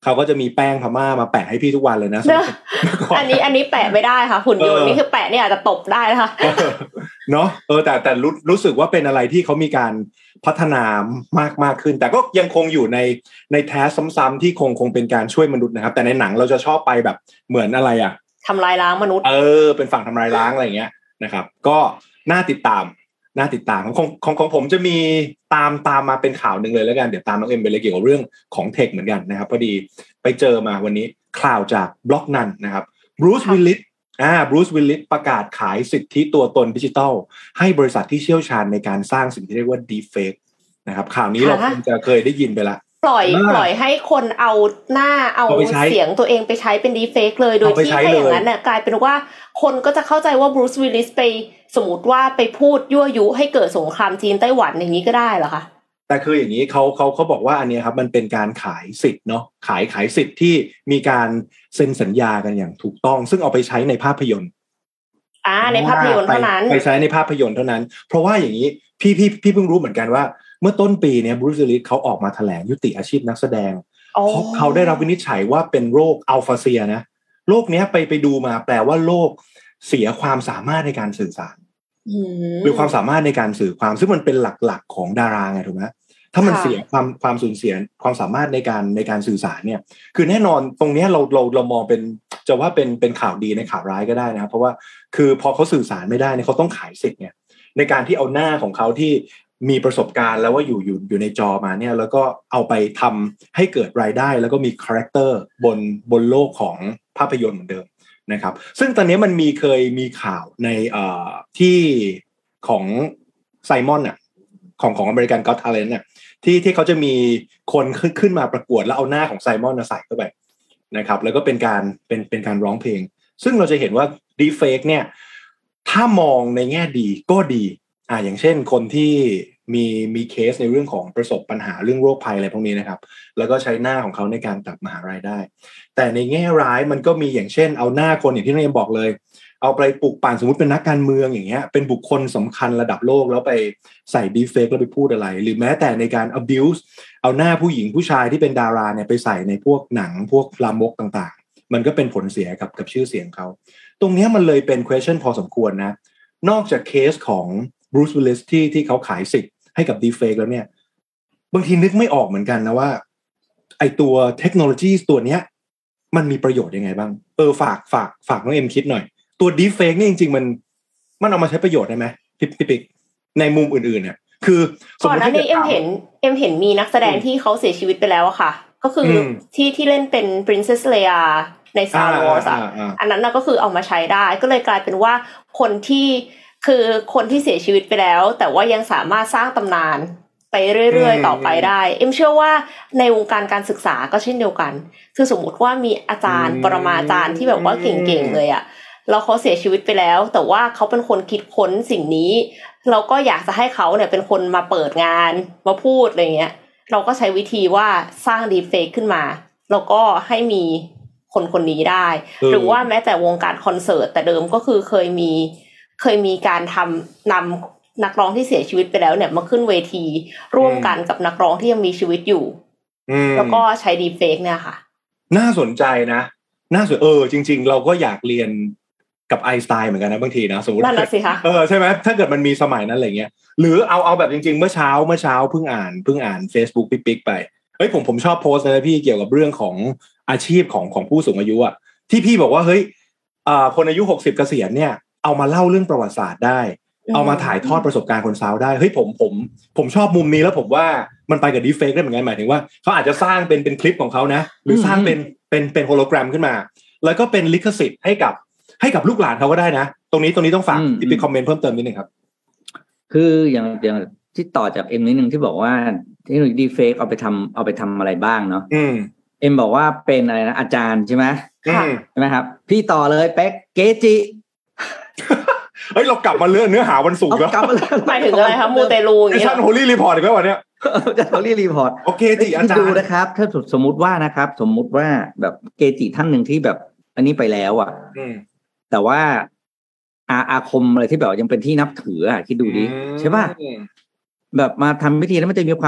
เขาก็จะมีแป้งพม่ามาแปะให้พี่ทุกวันเลยนะอันนี้แปะไม่ได้ค่ะหุ่นยนต์นี่คือแปะเนี่ยอาจจะตบได้นะคะเนาะแต่รู้สึกว่าเป็นอะไรที่เขามีการพัฒนามากขึ้นแต่ก็ยังคงอยู่ในแท้ซ้ำๆที่คงเป็นการช่วยมนุษย์นะครับแต่ในหนังเราจะชอบไปแบบเหมือนอะไรอ่ะทำลายล้างมนุษย์เป็นฝั่งทำลายล้างอะไรอย่างเงี้ยนะครับก็น่าติดตามของผมจะมีตามมาเป็นข่าวหนึ่งเลยแล้วกันเดี๋ยวตามน้องเอ็มไปเลยเกี่ยวกับเรื่องของเทคเหมือนกันนะครับพอดีไปเจอมาวันนี้ข่าวจากบล็อกนันนะครับบรูซวิลลิสประกาศขายสิทธิตัวตนดิจิทัลให้บริษัทที่เชี่ยวชาญในการสร้างสิ่งที่เรียกว่า Deepfake นะครับข่าวนี้เราคงจะเคยได้ยินไปละปล่อยให้คนเอาหน้าเอาเสียงตัวเองไปใช้เป็น Deepfake เลยโดยที่ให้อย่างนั้นน่ะกลายเป็นว่าคนก็จะเข้าใจว่าบรูซวิลลิสไปสมมติว่าไปพูดยั่วยุให้เกิดสงครามจีนไต้หวันอย่างนี้ก็ได้เหรอคะแต่คืออย่างนี้เขาบอกว่าอันนี้ครับมันเป็นการขายสิทธิ์เนาะขายสิทธิ์ที่มีการเซ็นสัญญากันอย่างถูกต้องซึ่งเอาไปใช้ในภาพยนตร์ในภาพยนตร์เท่านั้นไปใช้ในภาพยนตร์เท่านั้นเพราะว่าอย่างนี้พี่เพิ่งรู้เหมือนกันว่าเมื่อต้นปีเนี่ยบรูซวิลลิสเขาออกมาแถลงยุติอาชีพนักแสดงเพราะเขาได้รับวินิจฉัยว่าเป็นโรคอัลฟาเซียนะโรคนี้ไปดูมาแปลว่าโรคเสียความสามารถในการสื่อสารหรือความสามารถในการสื่อความซึ่งมันเป็นหลักของดาราไงถูกไหมถ้ามันเสียความสูญเสียความสามารถในการสื่อสารเนี่ยคือแน่นอนตรงนี้เรามองเป็นจะว่าเป็นข่าวดีในข่าวร้ายก็ได้นะครับเพราะว่าคือพอเขาสื่อสารไม่ได้เนี่ยเขาต้องขายสิทธิ์เนี่ยในการที่เอาหน้าของเขาที่มีประสบการณ์แล้วว่าอยู่ในจอมาเนี่ยแล้วก็เอาไปทำให้เกิดรายได้แล้วก็มีคาแรคเตอร์บนโลกของภาพยนตร์เหมือนเดิมนะครับซึ่งตอนนี้มันเคยมีข่าวในที่ของไซมอนของอเมริกันก็อต Talent เนี่ยที่เขาจะมีคนขึ้นมาประกวดแล้วเอาหน้าของไซมอนใส่เข้าไปนะครับแล้วก็เป็นการร้องเพลงซึ่งเราจะเห็นว่า Deepfake เนี่ยถ้ามองในแง่ดีก็ดีอย่างเช่นคนที่มีเคสในเรื่องของประสบปัญหาเรื่องโรคภัยอะไรพวกนี้นะครับแล้วก็ใช้หน้าของเขาในการกลับมาหารายได้แต่ในแง่ร้ายมันก็มีอย่างเช่นเอาหน้าคนอย่างที่น้องเอ็มบอกเลยเอาไปปลุกปั่นสมมุติเป็นนักการเมืองอย่างเงี้ยเป็นบุคคลสำคัญระดับโลกแล้วไปใส่ Deepfake แล้วไปพูดอะไรหรือแม้แต่ในการ abuse เอาหน้าผู้หญิงผู้ชายที่เป็นดาราเนี่ยไปใส่ในพวกหนังพวกลามกต่างๆมันก็เป็นผลเสียกับชื่อเสียงเขาตรงนี้มันเลยเป็น question พอสมควรนะนอกจากเคสของบรูซวิลลิสที่เขาขายสิทธิ์ให้กับ Deepfake แล้วเนี่ยบางทีนึกไม่ออกเหมือนกันนะว่าไอตัวเทคโนโลยีตัวเนี้ยมันมีประโยชน์ยังไงบ้างฝากน้องเอ็มคิดหน่อยตัว Deepfake นี่จริงๆมันเอามาใช้ประโยชน์ได้ไหมพี่ปิ๊กในมุมอื่นๆเนี่ยคือก่อนหน้านี้เอ็มเห็นมีนักแสดงที่เขาเสียชีวิตไปแล้วอะค่ะก็คือที่เล่นเป็น Princess Leia ใน Star Wars อันนั้นน่ะก็คือเอามาใช้ได้ก็เลยกลายเป็นว่าคนที่เสียชีวิตไปแล้วแต่ว่ายังสามารถสร้างตำนานไปเรื่อยๆต่อไปได้เอ็มเชื่อว่าในวงการการศึกษาก็เช่นเดียวกันคือสมมุติว่ามีอาจารย์ปรมาจารย์ที่แบบว่าเก่งๆเลยอะแล้วเขาเสียชีวิตไปแล้วแต่ว่าเขาเป็นคนคิดค้นสิ่งนี้เราก็อยากจะให้เขาเนี่ยเป็นคนมาเปิดงานมาพูดอะไรเงี้ยเราก็ใช้วิธีว่าสร้าง Deepfake ขึ้นมาแล้วก็ให้มีคนนี้ได้หรือว่าแม้แต่วงการคอนเสิร์ตแต่เดิมก็คือเคยมีการนำนักร้องที่เสียชีวิตไปแล้วเนี่ยมาขึ้นเวทีร่วมกันกับนักร้องที่ยังมีชีวิตอยู่แล้วก็ใช้ Deepfake เนี่ยค่ะน่าสนใจนะน่าสนจริงๆเราก็อยากเรียนกับไอน์สไตน์เหมือนกันนะบางทีนะสมมตินั่นแหละสิคะใช่ไหมถ้าเกิดมันมีสมัยนั้นอะไรเงี้ยหรือเอาแบบจริงๆเมื่อเช้าเพิ่งอ่าน Facebook พี่ปิ๊กไปเฮ้ยผมชอบโพสต์นะพี่เกี่ยวกับเรื่องของอาชีพของผู้สูงอายุอ่ะที่พี่บอกว่าเฮ้ยคนอายุ60เกษียณเนี่ยเอามาเล่าเรื่องประวัติศาสตร์ได้เอามาถ่ายทอดประสบการณ์คนสาวได้เฮ้ยผมชอบมุมนี้แล้วผมว่ามันไปกับ Deepfake ได้เหมือนกันหมายถึงว่าเขาอาจจะสร้างเป็นคลิปของเขานะหรือสร้างเป็นโฮโลแกรมขึ้นมาแล้วก็เป็นลิขสิทธิ์ให้กับลูกหลานเขาก็ได้นะตรงนี้ต้องฝากที่ไปคอมเมนต์เพิ่มเติมนิดนึงครับคืออย่างที่ต่อจากเอ็มนิดนึงที่บอกว่าเทคโนโลยี Deepfake เอาไปทำอะไรบ้างเนาะเอ็มบอกว่าเป็นอะไรนะอาจารย์ใช่ไหมใช่ไหมครับพี่ต่อเลยเป๊กเกจิเฮ้ยเรากลับมาเรื่องเนื้อหาวันศุกร์แล้วหมายถึงอะไรครับมูเตลูอย่างเงี้ยดิฉัน Holy Report อีกแล้ววันเนี้ย Holy Report โอเคจิอาจารย์ดูนะครับถ้าสมมุติว่าแบบเกจิท่านหนึ่งที่แบบอันนี้ไปแล้วอ่ะแต่ว่าอาคมอะไรที่แบบยังเป็นที่นับถือคิดดูดิใช่ป่ะแบบมาทำพิธีแล้วมันจะมีความแล้ว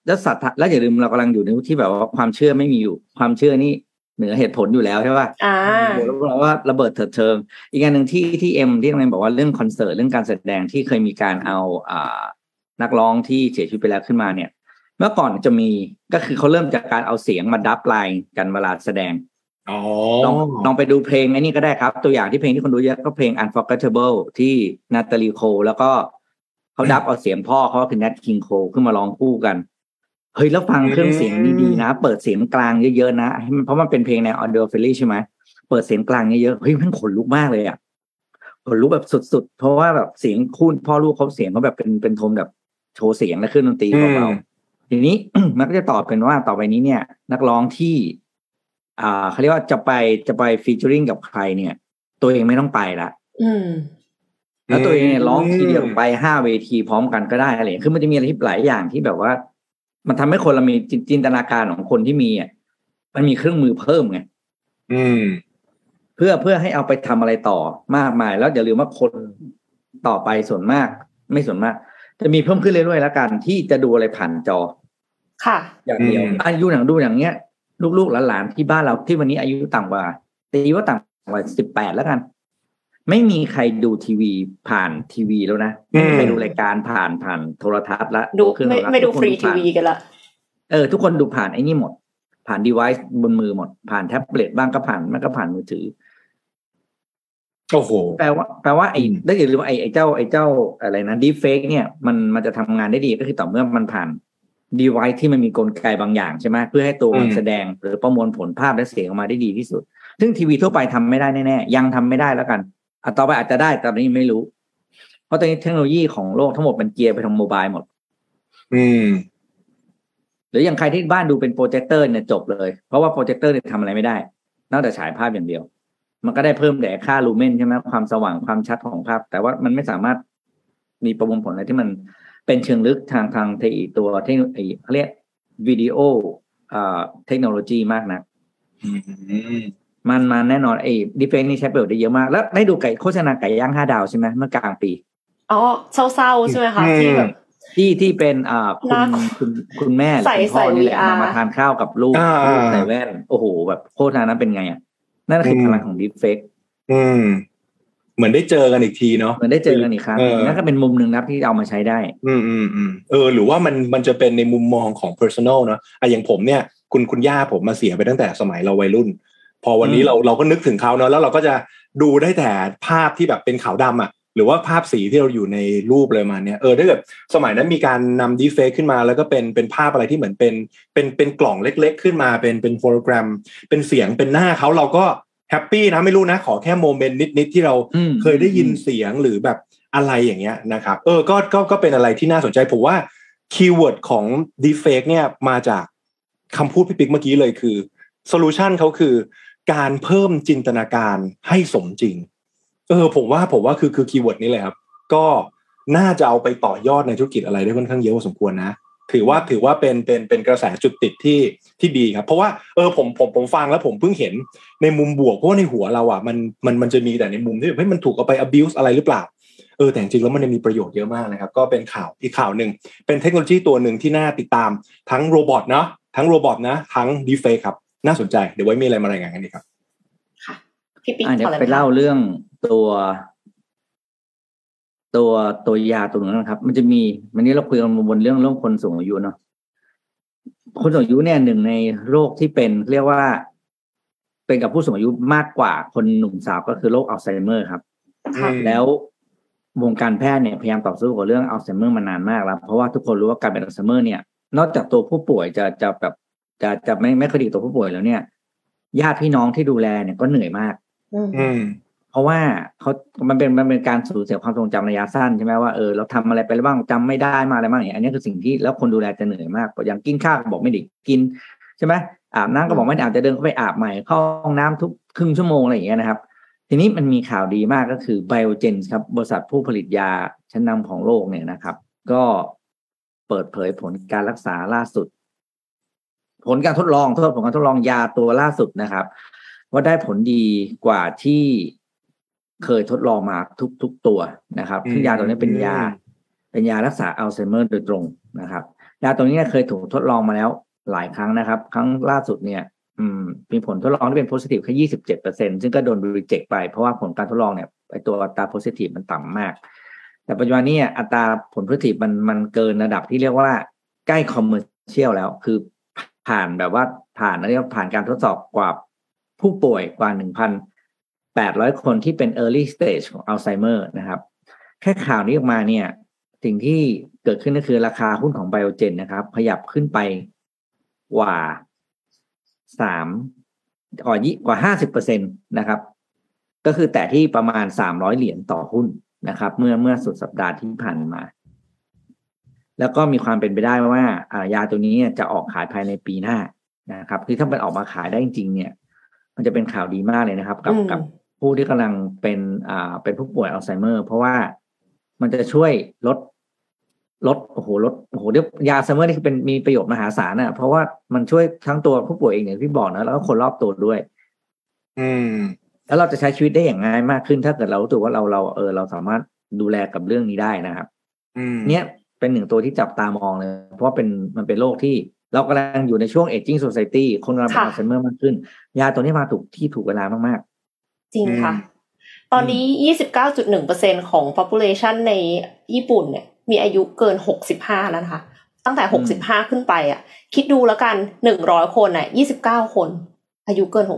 แล้วศรัทธาแล้วอย่าลืมเรากำลังอยู่ในที่แบบว่าความเชื่อไม่มีอยู่ความเชื่อนี่เหนือเหตุผลอยู่แล้วใช่ป่ะแล้วเราว่าระเบิดเถิดเทิงอีกอันหนึ่งที่เอ็มที่น้องเอ็มบอกว่าเรื่องคอนเสิร์ตเรื่องการแสดงที่เคยมีการเอานักร้องที่เสียชีวิตไปแล้วขึ้นมาเนี่ยเมื่อก่อนจะมีก็คือเขาเริ่มจากการเอาเสียงมาดับไลน์กันเวลาแสดงลองไปดูเพลงไอ้นี่ก็ได้ครับตัวอย่างที่เพลงที่คนดูเยอะก็เพลง Unforgettable ที่นาตาลีโคแล้วก็เขาดับเอาเสียงพ่อเขาคือ Nat King Cole ขึ้นมาร้องคู่กันเฮ้ยแล้วฟังเครื่องเสียงดีๆนะเปิดเสียงกลางเยอะๆนะเพราะมันเป็นเพลงใน audiophily ใช่ไหมเปิดเสียงกลางเยอะๆเฮ้ยมันขนลุกมากเลยอ่ะขนลุกแบบสุดๆเพราะว่าแบบเสียงคู่พ่อลูกเขาเสียงเขาแบบเป็นโทนแบบโชว์เสียงและเครื่องดนตรีของเราทีนี้ มันก็จะตอบเป็นว่าต่อไปนี้เนี่ยนักร้องที่เขาเรียกว่าจะไปฟีเจอริ่งกับใครเนี่ยตัวเองไม่ต้องไปละแล้วตัวเองเนี่ยร้องทีเดียวไป5 เวทีพร้อมกันก็ได้อะไรคือมันจะมีอะไรที่หลายอย่างที่แบบว่ามันทำให้คนเรามีจินตนาการของคนที่มีมันมีเครื่องมือเพิ่มไงเพื่อให้เอาไปทำอะไรต่อมากมายแล้วอย่าลืมว่าคนต่อไปส่วนมากไม่ส่วนมากจะมีเพิ่มขึ้นเรื่อยๆแล้วกันที่จะดูอะไรผ่านจอค่ะอย่างเดียวอายุหนังดูอย่างเงี้ยลูกๆหลานๆที่บ้านเราที่วันนี้อายุต่ำกว่าตีว่าต่ำกว่า18แล้วกันไม่มีใครดูทีวีผ่านทีวีแล้วนะไม่มีใครดูรายการผ่านโทรทัศน์ละดูไม่ดูฟรีทีวีกันละทุกคนดูผ่านไอ้นี่หมดผ่าน device บนมือหมดผ่านแท็บเล็ตบ้างก็ผ่านมือถือโอ้โหแปลว่าไอ้ได้ยินหรือว่าไอ้เจ้าอะไรนะ deepfake เนี่ยมันจะทำงานได้ดีก็คือต่อเมื่อมันผ่าน device ที่มันมีกลไกบางอย่างใช่ไหมเพื่อให้ตัวมันแสดงหรือประมวลผลภาพและเสียงออกมาได้ดีที่สุดซึ่งทีวีทั่วไปทำไม่ได้แน่ๆยังทำไม่ได้แล้วกันต่อไปอาจจะได้แต่ตอนนี้ไม่รู้เพราะตอนนี้เทคโนโลยีของโลกทั้งหมดมันเกียร์ไปทางโมบายหมดหรืออย่างใครที่บ้านดูเป็นโปรเจคเตอร์เนี่ยจบเลยเพราะว่าโปรเจคเตอร์เนี่ยทำอะไรไม่ได้นอกจากฉายภาพอย่างเดียวมันก็ได้เพิ่มแต่ค่าลูเมนใช่ไหมความสว่างความชัดของภาพแต่ว่ามันไม่สามารถมีประมวลผลอะไรที่มันเป็นเชิงลึกทางตัวเทคโนโลยีเขาเรียกวิดีโอเทคโนโลยีมากนักมันแน่นอนไอ้ดีเฟกต์นี่ใช้ประโยชน์ได้เยอะมากแล้วได้ดูโฆษณาไก่ย่าง5 ดาวใช่ไหมเมื่อกลางปีเศร้าๆใช่ไหมคะที่แบบที่เป็นคุณแม่หรือคุณพ่อนี่แหละมาทานข้าวกับลูกใส่แว่นโอ้โหแบบโฆษณานั้นเป็นไงนั่นคือพลังของดีเฟกต์เหมือนได้เจอกันอีกทีเนาะเหมือนได้เจอกันอีกครั้งนั่นก็เป็นมุมหนึ่งนะที่เอามาใช้ได้หรือว่ามันจะเป็นในมุมมองของ personal เนาะอย่างผมเนี่ยคุณย่าผมมาเสียไปตั้งแต่สมัยเราวัยรุ่นพอวันนี้เราก็นึกถึงเขาเนาะแล้วเราก็จะดูได้แต่ภาพที่แบบเป็นขาวดำหรือว่าภาพสีที่เราอยู่ในรูปเลยมาเนี่ยถ้าเกิดสมัยนั้นมีการนำดีเฟกขึ้นมาแล้วก็เป็นภาพอะไรที่เหมือนเป็นกล่องเล็กๆขึ้นมาเป็นโฮโลแกรมเป็นเสียงเป็นหน้าเขาเราก็แฮปปี้นะไม่รู้นะขอแค่โมเมนต์นิดๆที่เราเคยได้ยินเสียงหรือแบบอะไรอย่างเงี้ยนะครับก็เป็นอะไรที่น่าสนใจผมว่าคีย์เวิร์ดของดีเฟกเนี่ยมาจากคำพูดพี่ปิ๊กเมื่อกี้เลยคือโซลูชันเขาคือการเพิ่มจินตนาการให้สมจริงผมว่าคือคีย์เวิร์ดนี้เลยครับก็น่าจะเอาไปต่อยอดในธุรกิจอะไรได้ค่อนข้างเยอะพอสมควรนะถือว่าเป็นกระแสจุดติดที่ดีครับเพราะว่าผมฟังแล้วผมเพิ่งเห็นในมุมบวกเพราะว่าในหัวเรามันจะมีแต่ในมุมที่แบบมันถูกเอาไป abuse อะไรหรือเปล่าแต่จริงๆแล้วมันมีประโยชน์เยอะมากนะครับก็เป็นข่าวอีกข่าวนึงเป็นเทคโนโลยีตัวนึงที่น่าติดตามทั้งโรบอทนะทั้งดีเฟคครับน่าสนใจเดี๋ยวไว้มีอะไรมารายงานกันอีกครับค่ะพี่ปิ๊กไปเล่าเรื่องตัวยาตัวนึงนะครับมันจะมีวันนี้เราคุยกันบนเรื่องคนสูงอายุเนาะคนสูงอายุเนี่ยหนึ่งในโรคที่เป็นเรียกว่าเป็นกับผู้สูงอายุมากกว่าคนหนุ่มสาวก็คือโรคอัลไซเมอร์ครับแล้ววงการแพทย์เนี่ยพยายามต่อสู้กับเรื่องอัลไซเมอร์มานานมากแล้วเพราะว่าทุกคนรู้ว่าการเป็นอัลไซเมอร์เนี่ยนอกจากตัวผู้ป่วยจะแบบจะไม่คดีตัวผู้ป่วยแล้วเนี่ยญาติพี่น้องที่ดูแลเนี่ยก็เหนื่อยมากเพราะว่ามันเป็นการสูญเสียความทรงจำระยะสั้นใช่ไหมว่าเราทำอะไรไปแล้วบ้างจำไม่ได้มาอะไรบ้างอย่างอันนี้คือสิ่งที่แล้วคนดูแลจะเหนื่อยมากอย่างกินข้าวบอกไม่ได้กินใช่ไหมอาบน้ำก็บอกไม่ได้อาบจะเดินเข้าไปอาบใหม่เข้าห้องน้ำทุกครึ่งชั่วโมงอะไรอย่างเงี้ยนะครับทีนี้มันมีข่าวดีมากก็คือ Biogen ครับบริษัทผู้ผลิตยาชั้นนำของโลกเนี่ยนะครับก็เปิดเผยผลการรักษาล่าสุดผลการทดลองยาตัวล่าสุดนะครับว่าได้ผลดีกว่าที่เคยทดลองมาทุกตัวนะครับซึ่งยาตัวนี้เป็นยารักษาอัลไซเมอร์โดยตรงนะครับยาตัวนี้เคยถูกทดลองมาแล้วหลายครั้งนะครับครั้งล่าสุดเนี่ยมีผลทดลองที่เป็น positive แค่ 27% ซึ่งก็โดน reject ไปเพราะว่าผลการทดลองเนี่ยไอตัวอัตรา positive มันต่ำมากแต่ปัจจุบันนี้อัตราผล positive มันเกินระดับที่เรียกว่าใกล้ commercial แล้วคือผ่านแบบว่าผ่านการทดสอบกว่าผู้ป่วยกว่า 1,800 คนที่เป็น early stage ของอัลไซเมอร์นะครับแค่ข่าวนี้ออกมาเนี่ยสิ่งที่เกิดขึ้นก็คือราคาหุ้นของไบโอเจนนะครับขยับขึ้นไปกว่า 50% นะครับก็คือแต่ที่ประมาณ$300ต่อหุ้นนะครับเมื่อสุดสัปดาห์ที่ผ่านมาแล้วก็มีความเป็นไปได้ว่ายาตัวนี้จะออกขายภายในปีหน้านะครับคือถ้ามันออกมาขายได้จริงๆเนี่ยมันจะเป็นข่าวดีมากเลยนะครับกับผู้ที่กำลังเป็นผู้ป่วยอัลไซเมอร์เพราะว่ามันจะช่วยลดเดี๋ยวยาอัลไซเมอร์นี่คือมีประโยชน์มหาศาลเพราะว่ามันช่วยทั้งตัวผู้ป่วยเองอย่างที่บอกนะแล้วก็คนรอบตัวด้วยแล้วเราจะใช้ชีวิตได้อย่างง่ายมากขึ้นถ้าเกิดเรารู้ตัวว่าเราสามารถดูแลกับเรื่องนี้ได้นะครับเนี้ยเป็นหนึ่งตัวที่จับตามองเลยเพราะว่ามันเป็นโรคที่เรากำลังอยู่ในช่วง aging society คนกำลังเป็นอัลไซเมอร์มากขึ้นยาตัวนี้มาถูกเวลามากๆจริงค่ะตอนนี้ 29.1% ของ population ในญี่ปุ่นเนี่ยมีอายุเกิน65แล้วนะคะตั้งแต่65ขึ้นไปคิดดูแล้วกัน100คน29คนอายุเกิน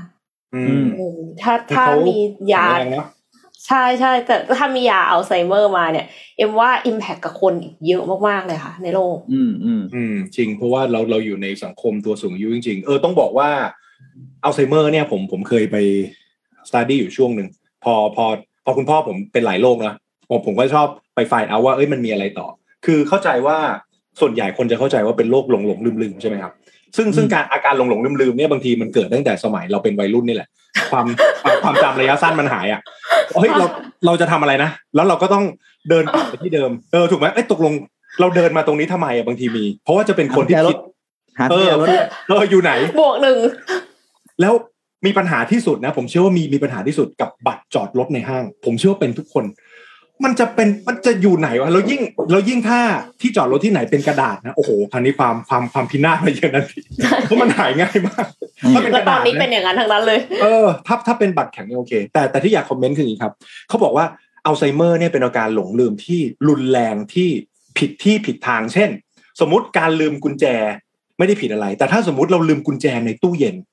65ถ้ามียาใช่ๆแต่ถ้ามียาอัลไซเมอร์มาเนี่ยเอ็มว่า impact กับคนอีกเยอะมากๆเลยค่ะในโลกจริงเพราะว่าเราอยู่ในสังคมตัวสูงอายุจริงๆต้องบอกว่าอัลไซเมอร์เนี่ยผมเคยไป study อยู่ช่วงนึงพอคุณพ่อผมเป็นหลายโรคนะผมก็ชอบไปไฟล์เอาว่ามันมีอะไรต่อคือเข้าใจว่าส่วนใหญ่คนจะเข้าใจว่าเป็นโรคหลงลืมใช่ไหมครับซึ่งการอาการหลงลืมเนี่ยบางทีมันเกิดตั้งแต่สมัยเราเป็นวัยรุ่นนี่แหละความจำระยะสั้นมันหายเราจะทำอะไรนะแล้วเราก็ต้องเดินกลับไปที่เดิมถูกไหมตกลงเราเดินมาตรงนี้ทำไมบางทีมีเพราะว่าจะเป็นคนที่คิดอยู่ไหนบวกหนึ่งแล้วมีปัญหาที่สุดนะผมเชื่อว่ามีปัญหาที่สุดกับบัตรจอดรถในห้างผมเชื่อว่าเป็นทุกคนมันจะอยู่ไหนวะแล้วยิ่งถ้าที่จอดรถที่ไหนเป็นกระดาษนะโอ้โหคราวนี้ความพินาศมาเยอะนั่นเพราะมันหายง่ายมากแล้วตอนนี้เป็นอย่างนั้นทั้งนั้นเลยถ้าเป็นบัตรแข็งโอเคแต่ที่อยากคอมเมนต์คืออย่างนี้ครับเขาบอกว่าอัลไซเมอร์เนี่ยเป็นอาการหลงลืมที่รุนแรงที่ผิดทางเช่นสมมุติการลืมกุญแจไม่ได้ผิดอะไรแต่ถ้าสมมุติเราลืมกุญแจในตู้เย็น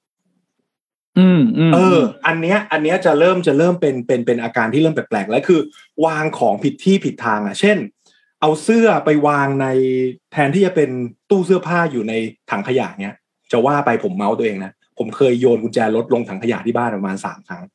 อันเนี้ยจะเริ่มเป็นอาการที่เริ่มแปลกๆแล้วคือวางของผิดที่ผิดทางเช่นเอาเสื้อไปวางในแทนที่จะเป็นตู้เสื้อผ้าอยู่ในถังขยะเนี้ยจะว่าไปผมเมาตัวเองนะผมเคยโยนกุญแจรถลงถังขยะที่บ้านประมาณ3 ครั้ง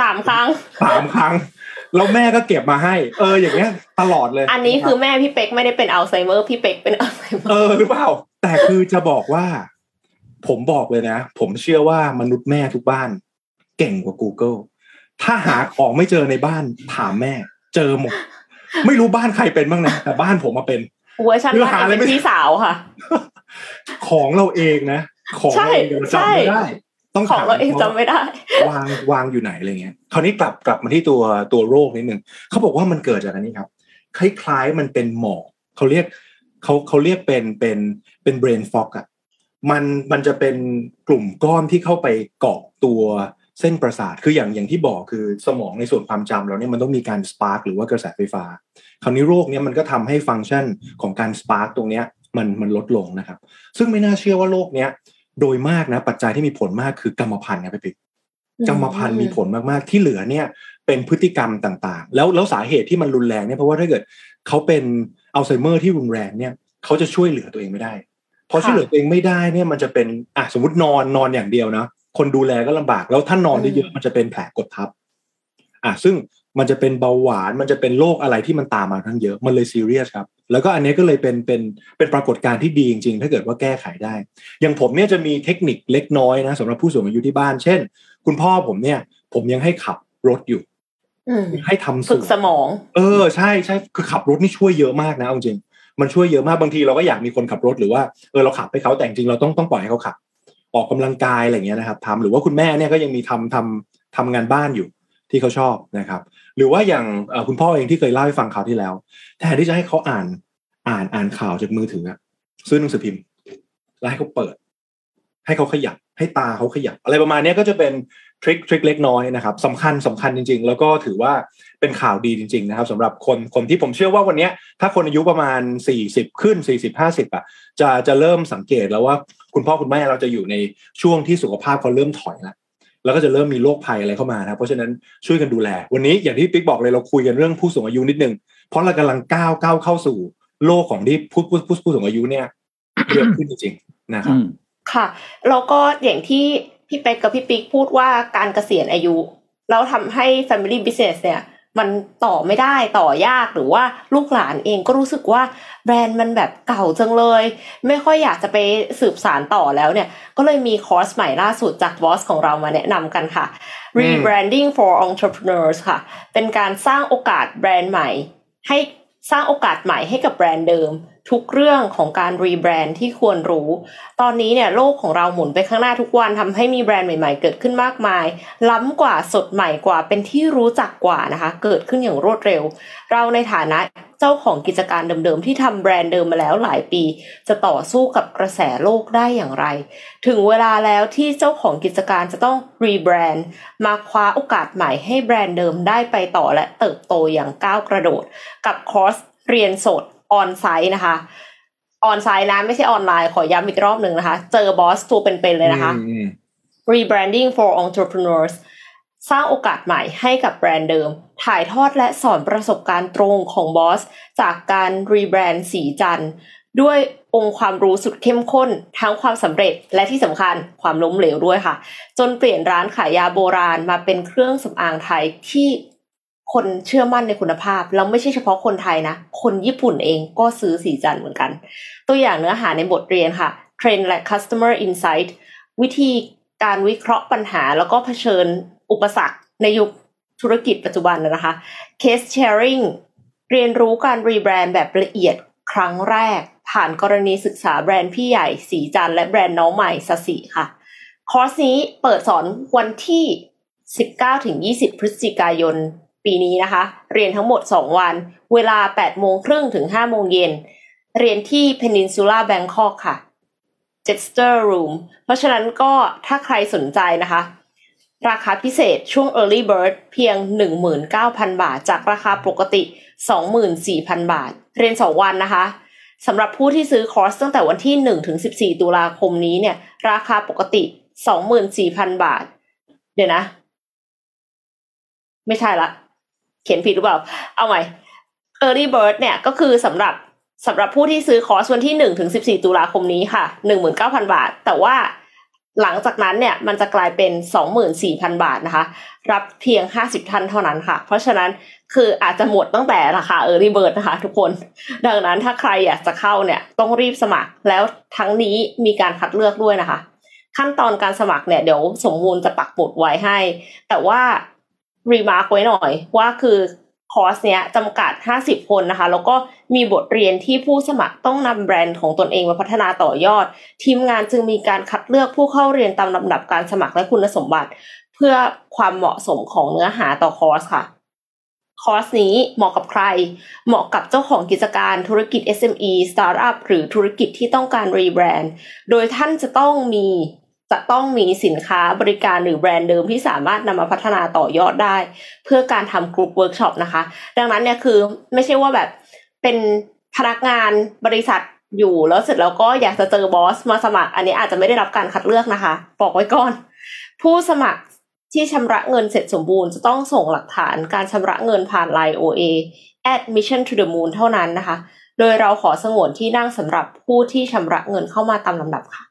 แล้วแม่ก็เก็บมาให้อย่างเงี้ยตลอดเลยอันนี้คือแม่พี่เป๊กไม่ได้เป็นอัลไซเมอร์พี่เป๊กเป็นอัลไซเมอร์หรือเปล่าแต่คือจะบอกว่าผมบอกเลยนะผมเชื่อว่ามนุษย์แม่ทุกบ้านเก่งกว่า Google ถ้าหาของไม่เจอในบ้านถามแม่เจอหมดไม่รู้บ้านใครเป็นบ้างนะแต่บ้านผมมาเป็นเวอร์ชันบ้านเป็นพี่สาวค่ะของเราเองนะของเราเองจำไม่ได้ต้องของเราเองจำไม่ได้วางอยู่ไหนอะไรเงี้ยคราวนี้กลับมาที่ตัวโรคนิดนึงเขาบอกว่ามันเกิดจากอันนี้ครับคล้ายๆมันเป็นหมอกเขาเรียกเป็น brain fog มันจะเป็นกลุ่มก้อนที่เข้าไปเกาะตัวเส้นประสาทคืออย่างที่บอกคือสมองในส่วนความจำเราเนี่ยมันต้องมีการสปาร์กหรือว่ากระแสไฟฟ้าคราวนี้โรคนี้มันก็ทำให้ฟังก์ชันของการสปาร์กตรงเนี้ยมันลดลงนะครับซึ่งไม่น่าเชื่อว่าโรคเนี้ยโดยมากนะปัจจัยที่มีผลมากคือกรรมพันธุ์ครับพี่ปิ๊กกรรมพันธุ์มีผลมากๆที่เหลือเนี่ยเป็นพฤติกรรมต่างๆแล้วสาเหตุที่มันรุนแรงเนี่ยเพราะว่าถ้าเกิดเขาเป็นอัลไซเมอร์ที่รุนแรงเนี่ยเขาจะช่วยเหลือตัวเองไม่ได้พอช่วยเหลือตัวเองไม่ได้เนี่ยมันจะเป็นสมมตินอนอย่างเดียวนะคนดูแลก็ลำบากแล้วถ้านอนเยอะๆมันจะเป็นแผลกดทับซึ่งมันจะเป็นเบาหวานมันจะเป็นโรคอะไรที่มันตามมาทั้งเยอะมันเลยซีเรียสครับแล้วก็อันนี้ก็เลยเป็นปรากฏการณ์ที่ดีจริงๆถ้าเกิดว่าแก้ไขได้อย่างผมเนี่ยจะมีเทคนิคเล็กน้อยนะสำหรับผู้สูงอายุที่บ้านเช่นคุณพ่อผมเนี่ยผมยังให้ขับรถอยู่ให้ทำฝึกสมองใช่คือขับรถนี่ช่วยเยอะมากนะเอาจริงมันช่วยเยอะมากบางทีเราก็อยากมีคนขับรถหรือว่าเราขับให้เขาแต่จริงเราต้องปล่อยให้เขาขับออกกำลังกายอะไรอย่างเงี้ยนะครับทำหรือว่าคุณแม่เนี่ยก็ยังมีทำงานบ้านอยู่ที่เขาชอบนะครับหรือว่าอย่างคุณพ่อเองที่เคยเล่าให้ฟังคราวที่แล้วแทนที่จะให้เขาอ่านข่าวจากมือถือซื้อหนังสือพิมพ์แล้วให้เขาเปิดให้เขาขยับให้ตาเขาขยับอะไรประมาณนี้ก็จะเป็นทริคเล็กน้อยนะครับสำคัญจริงๆแล้วก็ถือว่าเป็นข่าวดีจริงๆนะครับสำหรับคนที่ผมเชื่อว่าวันนี้ถ้าคนอายุประมาณ40ขึ้น40-50อ่ะจะเริ่มสังเกตแล้วว่าคุณพ่อคุณแม่เราจะอยู่ในช่วงที่สุขภาพเขาเริ่มถอยแล้วก็จะเริ่มมีโรคภัยอะไรเข้ามานะเพราะฉะนั้นช่วยกันดูแลวันนี้อย่างที่ปิ๊กบอกเลยเราคุยกันเรื่องผู้สูงอายุนิดนึงเพราะเรากำลังก้าวเข้าสู่โลกของที่ผู้สูงอายุเนี่ยเยอะขึ้นจริงๆนะครับค่ะแล้วก็อย่างที่พี่เป๊กกับพี่ปิ๊กพูดว่าการเกษียณอายุแล้วทำให้ Family Business เนี่ยมันต่อไม่ได้ต่อยากหรือว่าลูกหลานเองก็รู้สึกว่าแบรนด์มันแบบเก่าจังเลยไม่ค่อยอยากจะไปสืบสานต่อแล้วเนี่ยก็เลยมีคอร์สใหม่ล่าสุดจากบอสของเรามาแนะนำกันค่ะ Rebranding for Entrepreneurs ค่ะเป็นการสร้างโอกาสแบรนด์ใหม่ให้สร้างโอกาสใหม่ให้กับแบรนด์เดิมทุกเรื่องของการรีแบรนด์ที่ควรรู้ตอนนี้เนี่ยโลกของเราหมุนไปข้างหน้าทุกวันทำให้มีแบรนด์ใหม่ๆเกิดขึ้นมากมายล้ำกว่าสดใหม่กว่าเป็นที่รู้จักกว่านะคะเกิดขึ้นอย่างรวดเร็วเราในฐานะเจ้าของกิจการเดิมๆที่ทำแบรนด์เดิมมาแล้วหลายปีจะต่อสู้กับกระแสโลกได้อย่างไรถึงเวลาแล้วที่เจ้าของกิจการจะต้องรีแบรนด์มาคว้าโอกาสใหม่ให้แบรนด์เดิมได้ไปต่อและเติบโตอย่างก้าวกระโดดกับคอร์สเรียนสดออนไซต์นะคะออนไซต์นะไม่ใช่ออนไลน์ขอย้ำอีกรอบหนึ่งนะคะเจอบอสตัวเป็นๆเลยนะคะ Rebranding for Entrepreneurs สร้างโอกาสใหม่ให้กับแบรนด์เดิมถ่ายทอดและสอนประสบการณ์ตรงของบอสจากการรีแบรนด์สีจันทร์ด้วยองค์ความรู้สุดเข้มข้นทั้งความสำเร็จและที่สำคัญความล้มเหลวด้วยค่ะจนเปลี่ยนร้านขายยาโบราณมาเป็นเครื่องสำอางไทยที่คนเชื่อมั่นในคุณภาพแล้วไม่ใช่เฉพาะคนไทยนะคนญี่ปุ่นเองก็ซื้อสีจันทร์เหมือนกันตัวอย่างเนื้อหาในบทเรียนค่ะ Trend และ Customer Insight วิธีการวิเคราะห์ปัญหาแล้วก็เผชิญอุปสรรคในยุคธุรกิจปัจจุบันนะคะ Case Sharing เรียนรู้การรีแบรนด์แบบละเอียดครั้งแรกผ่านกรณีศึกษาแบรนด์พี่ใหญ่สีจันทร์และแบรนด์น้องใหม่ซาสิค่ะคอร์สนี้เปิดสอนวันที่ 19-20 พฤศจิกายนปีนี้นะคะเรียนทั้งหมด2วันเวลา 8:30 ถึง 5:00 นเรียนที่ Peninsula Bangkok ค่ะ Jester Room เพราะฉะนั้นก็ถ้าใครสนใจนะคะราคาพิเศษช่วง Early Bird เพียง 19,000 บาทจากราคาปกติ 24,000 บาทเรียน2วันนะคะสำหรับผู้ที่ซื้อคอร์สตั้งแต่วันที่ 1-14 ตุลาคมนี้เนี่ยราคาปกติ 24,000 บาทเดี๋ยวนะไม่ใช่ละเขียนผิดหรือเปล่าเอาใหม่ Early Bird เนี่ยก็คือสำหรับผู้ที่ซื้อคอร์สวันที่ 1-14 ตุลาคมนี้ค่ะ 19,000 บาทแต่ว่าหลังจากนั้นเนี่ยมันจะกลายเป็น 24,000 บาทนะคะรับเพียง50ท่านเท่านั้นค่ะเพราะฉะนั้นคืออาจจะหมดตั้งแต่ราคา Early Bird นะคะทุกคนดังนั้นถ้าใครอยากจะเข้าเนี่ยต้องรีบสมัครแล้วทั้งนี้มีการคัดเลือกด้วยนะคะขั้นตอนการสมัครเนี่ยเดี๋ยวสมมูลจะปักหมุดไว้ให้แต่ว่ารีมาร์คไว้หน่อยว่าคือคอร์สเนี้ยจำกัด50คนนะคะแล้วก็มีบทเรียนที่ผู้สมัครต้องนำแบรนด์ของตนเองมาพัฒนาต่อยอดทีมงานจึงมีการคัดเลือกผู้เข้าเรียนตามลำดับการสมัครและคุณสมบัติเพื่อความเหมาะสมของเนื้อหาต่อคอร์สค่ะคอร์สนี้เหมาะกับใครเหมาะกับเจ้าของกิจการธุรกิจ SME สตาร์ทอัพหรือธุรกิจที่ต้องการรีแบรนด์โดยท่านจะต้องมีสินค้าบริการหรือแบรนด์เดิมที่สามารถนำมาพัฒนาต่อยอดได้เพื่อการทำกรุ๊ปเวิร์กช็อปนะคะดังนั้นเนี่ยคือไม่ใช่ว่าแบบเป็นพนักงานบริษัทอยู่แล้วเสร็จแล้วก็อยากจะเจอบอสมาสมัครอันนี้อาจจะไม่ได้รับการคัดเลือกนะคะบอกไว้ก่อนผู้สมัครที่ชำระเงินเสร็จสมบูรณ์จะต้องส่งหลักฐานการชำระเงินผ่าน LINE OA @mission to the moon เท่านั้นนะคะโดยเราขอสงวนที่นั่งสำหรับผู้ที่ชำระเงินเข้ามาตามลำดับค่ะ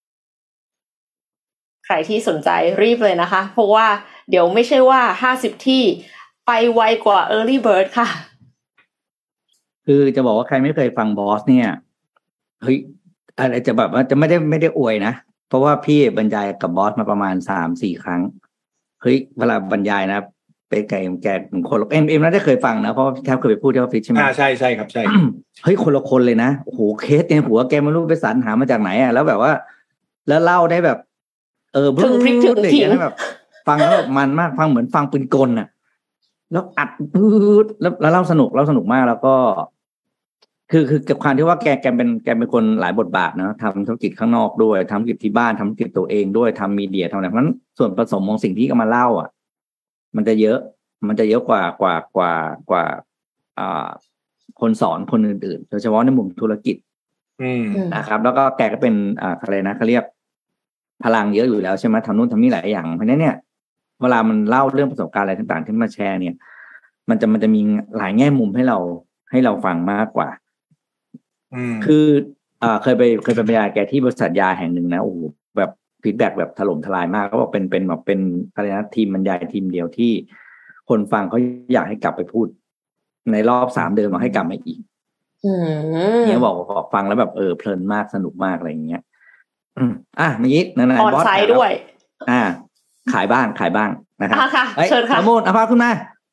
ใครที่สนใจรีบเลยนะคะเพราะว่าเดี๋ยวไม่ใช่ว่า50ที่ไปไวกว่า Early Bird ค่ะคือจะบอกว่าใครไม่เคยฟังบอสเนี่ยเฮ้ยอะไรจะแบบว่าจะไม่ได้อวยนะเพราะว่าพี่บรรยายกับบอสมาประมาณ 3-4 ครั้งเฮ้ยเวลาบรรยายนะไปแกเหมือนคนเอ็มน่าจะเคยฟังนะเพราะแทบเคยไปพูดที่ออฟฟิศใช่ไหมใช่ครับใช่เฮ้ยคนละคนเลยนะโอ้โหเคสในหัวแกไม่รู้ไปสรรหามาจากไหนอ่ะแล้วแบบว่าแล้วเล่าได้แบบถึงพริกถึงขิงแบบฟังแล้วแบบมันมากฟังเหมือนฟังปืนกลน่ะแล้วอัดปื๊ดแล้วเล่าสนุกมากแล้วก็คือกับความที่ว่าแกเป็นคนหลายบทบาทนะทำธุรกิจข้างนอกด้วยทำธุรกิจที่บ้านทำธุรกิจตัวเองด้วยทำมีเดียทำอะไรเพราะฉะนั้นส่วนผสมของสิ่งที่ก็มาเล่าอ่ะมันจะเยอะกว่าคนสอนคนอื่นๆโดยเฉพาะในมุมธุรกิจนะครับแล้วก็แกก็เป็นอะไรนะเขาเรียกพลังเยอะอยู่แล้วใช่ไหมทำนู่นทำนี่หลายอย่างเพราะฉะนั้นเนี่ยเวลามันเล่าเรื่องประสบการณ์อะไรต่างๆที่มาแชร์เนี่ยมันจะมีหลายแง่มุมให้เราฟังมากกว่าคือเคยไปบรรยายแกที่บริษัทยาแห่งหนึ่งนะโอ้โหแบบฟีดแบ็กแบบถล่มทลายมากเขาบอกเป็นแบบเป็นอะไรนะทีมบรรยายทีมเดียวที่คนฟังเขาอยากให้กลับไปพูดในรอบ3 เดือนมาให้กลับมาอีกเนี่ยบอกฟังแล้วแบบเพลินมากสนุกมากอะไรอย่างเงี้ยเมื่อกี้นั่นๆออนไซต์ด้วยขายบ้างนะครับเชิญค่ะสมมุติพาคุณมา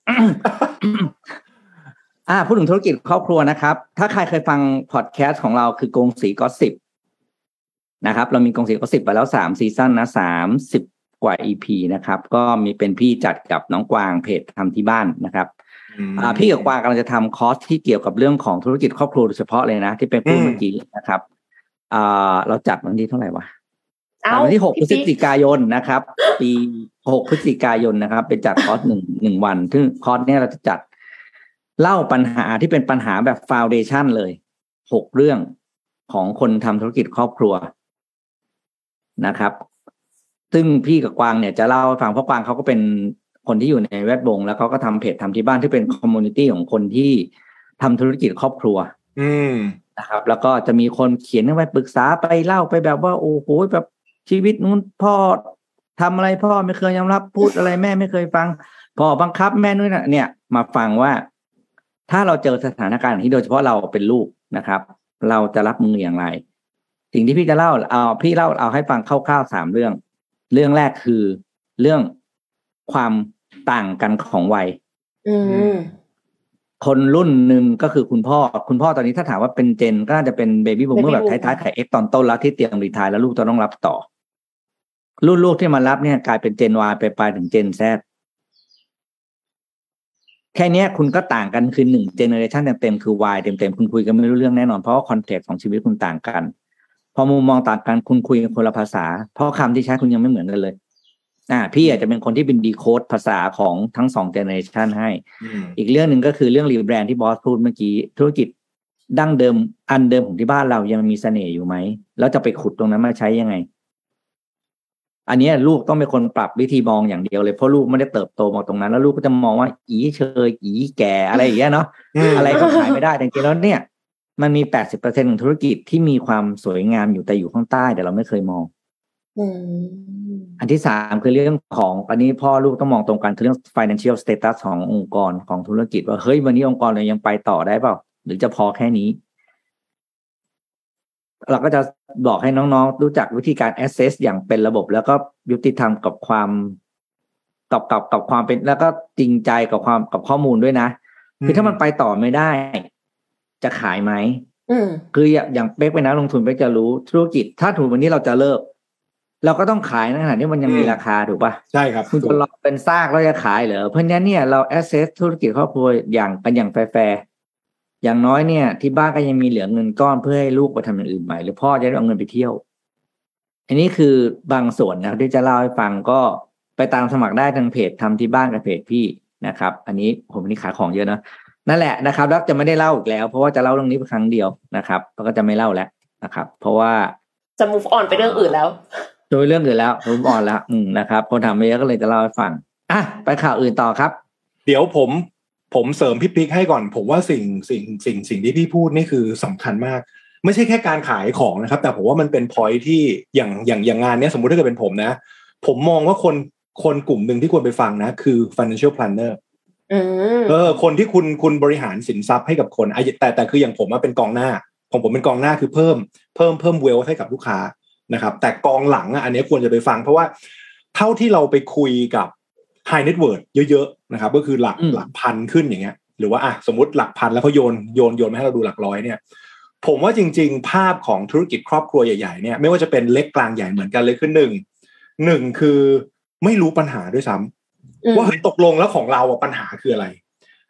พูดถึงธุรกิจครอบครัวนะครับถ้าใครเคยฟังพอดแคสต์ของเราคือกงสีก็10นะครับเรามีกงสีก็10ไปแล้ว3ซีซั่นนะ30กว่า EP นะครับก็มีเป็นพี่จัดกับน้องกวางเพจทำที่บ้านนะครับพี่กับกวางกำลังจะทำคอร์สที่เกี่ยวกับเรื่องของธุรกิจครอบครัวโดยเฉพาะเลยนะที่เป็นพูดเมื่อกี้นะครับเราจัดวันที่เท่าไหร่วะวันที่6 พฤศจิกายนนะครับปี6 พฤศจิกายนนะครับเป็นจัดคอร์ส1 วันซึ่งคอร์สนี้เราจะจัดเล่าปัญหาที่เป็นปัญหาแบบฟาวเดชั่นเลย6เรื่องของคนทำธุรกิจครอบครัวนะครับซึ่งพี่กับกวางเนี่ยจะเล่าให้ฟังเพราะกวางเขาก็เป็นคนที่อยู่ในแวดวงแล้วเขาก็ทำเพจทำที่บ้านที่เป็นคอมมูนิตี้ของคนที่ทำธุรกิจครอบครัวนะครับแล้วก็จะมีคนเขียนเข้าไปปรึกษาไปเล่าไปแบบว่าโอ้โหแบบชีวิตนู้นพ่อทำอะไรพ่อไม่เคยยอมรับพูดอะไรแม่ไม่เคยฟังพ่อบังคับแม่นู่นเนี่ยมาฟังว่าถ้าเราเจอสถานการณ์ที่โดยเฉพาะเราเป็นลูกนะครับเราจะรับมืออย่างไรสิ่งที่พี่จะเล่าพี่เล่าให้ฟังคร่าวๆ3เรื่องแรกคือเรื่องความต่างกันของวัยคนรุ่นหนึ่งก็คือคุณพ่อตอนนี้ถ้าถามว่าเป็นเจนก็น่าจะเป็นเบบี้บูมเมอร์แบบท้ายๆไข่เอ็กตอนต้นแล้วที่เตรียมรีไทร์แล้วลูกต้องรับต่อรุ่นลูกที่มารับเนี่ยกลายเป็นเจน Y ไปปลายถึงเจน Z แค่นี้คุณก็ต่างกันคือ1เจเนอเรชันเต็มๆคือ Y เต็มๆคุณคุยกันไม่รู้เรื่องแน่นอนเพราะว่าคอนเทกต์ของชีวิตคุณต่างกันพอมุมมองต่างกันคุณคุยกันคนละภาษาเพราะคำที่ใช้คุณยังไม่เหมือนกันเลยพี่อาจจะเป็นคนที่เป็นดีโคดภาษาของทั้ง2เจเนอเรชันให้อีกเรื่องนึงก็คือเรื่องรีแบรนด์ที่บอสพูดเมื่อกี้ธุรกิจดั้งเดิมอันเดิมของที่บ้านเรายังมีเสน่ห์อยู่ไหมแล้วจะไปขุดตรงนั้นมาใช้ยังไงอันนี้ลูกต้องเป็นคนปรับวิธีมองอย่างเดียวเลยเพราะลูกไม่ได้เติบโตมาตรงนั้นแล้วลูกก็จะมองว่าอีเชยอีแก่อะไรอย่างเงี้ยเนาะอะไรก็ขายไม่ได้แต่จริงๆแล้วเนี่ยมันมี 80% ของธุรกิจที่มีความสวยงามอยู่แต่อยู่ข้างใต้แต่เราไม่เคยมองอันที่3คือเรื่องของอันนี้พ่อลูกต้องมองตรงกันคือเรื่อง financial status ขององค์กรของธุรกิจว่าเฮ้ยวันนี้องค์กรเรายังไปต่อได้เปล่าหรือจะพอแค่นี้เราก็จะบอกให้น้องๆรู้จักวิธีการ assess อย่างเป็นระบบแล้วก็ยุติธรรมกับความกับความเป็นแล้วก็จริงใจกับข้อมูลด้วยนะคือถ้ามันไปต่อไม่ได้จะขายไหมคืออย่างเป๊กเป็นนักลงทุนเป๊กจะรู้ธุรกิจถ้าถูกวันนี้เราจะเลิกเราก็ต้องขายในขณะที่มันยังมีราคาถูกป่ะใช่ครับคุณจะรอเป็นซากแล้วจะขายเหรอเพราะฉะนั้นเนี่ยเรา assess ธุรกิจครอบครัวอย่างแฟร์อย่างน้อยเนี่ยที่บ้านก็ยังมีเหลือเงินก้อนเพื่อให้ลูกไปทำอย่างอื่นใหม่หรือพ่อจะได้เอาเงินไปเที่ยวอันนี้คือบางส่วนนะที่จะเล่าให้ฟังก็ไปตามสมัครได้ทางเพจทำที่บ้านกับเพจพี่นะครับอันนี้ผมนี่ขายของเยอะนะนั่นแหละนะครับแล้วจะไม่ได้เล่าอีกแล้วเพราะว่าจะเล่าเรื่องนี้เป็นครั้งเดียวนะครับแล้วก็จะไม่เล่าแล้วนะครับเพราะว่าจะ move on ไปเรื่องอื่นแล้วโดยเรื่องอื่นแล้ว move on แล้วนะครับคนทำไม่เยอะก็เลยจะเล่าให้ฟังไปข่าวอื่นต่อครับเดี๋ยวผมเสริมพี่ปิ๊กให้ก่อนผมว่าสิ่งที่พี่พูดนี่คือสำคัญมากไม่ใช่แค่การขายของนะครับแต่ผมว่ามันเป็น point ที่อย่างงานนี้สมมุติถ้าเกิดเป็นผมนะผมมองว่าคนกลุ่มหนึ่งที่ควรไปฟังนะคือ financial planner คนที่คุณบริหารสินทรัพย์ให้กับคนแต่คืออย่างผมเป็นกองหน้าของผมเป็นกองหน้าคือเพิ่มเวลให้กับลูกค้านะครับแต่กองหลังอันนี้ควรจะไปฟังเพราะว่าเท่าที่เราไปคุยกับhigh net worth เยอะๆนะครับก็คือหลักพันขึ้นอย่างเงี้ยหรือว่าสมมติหลักพันแล้วเขาโยนมาให้เราดูหลักร้อยเนี่ยผมว่าจริงๆภาพของธุรกิจครอบครัวใหญ่ๆเนี่ยไม่ว่าจะเป็นเล็กกลางใหญ่เหมือนกันเลยคือหนึ่งคือไม่รู้ปัญหาด้วยซ้ำว่าเฮ้ยตกลงแล้วของเราปัญหาคืออะไร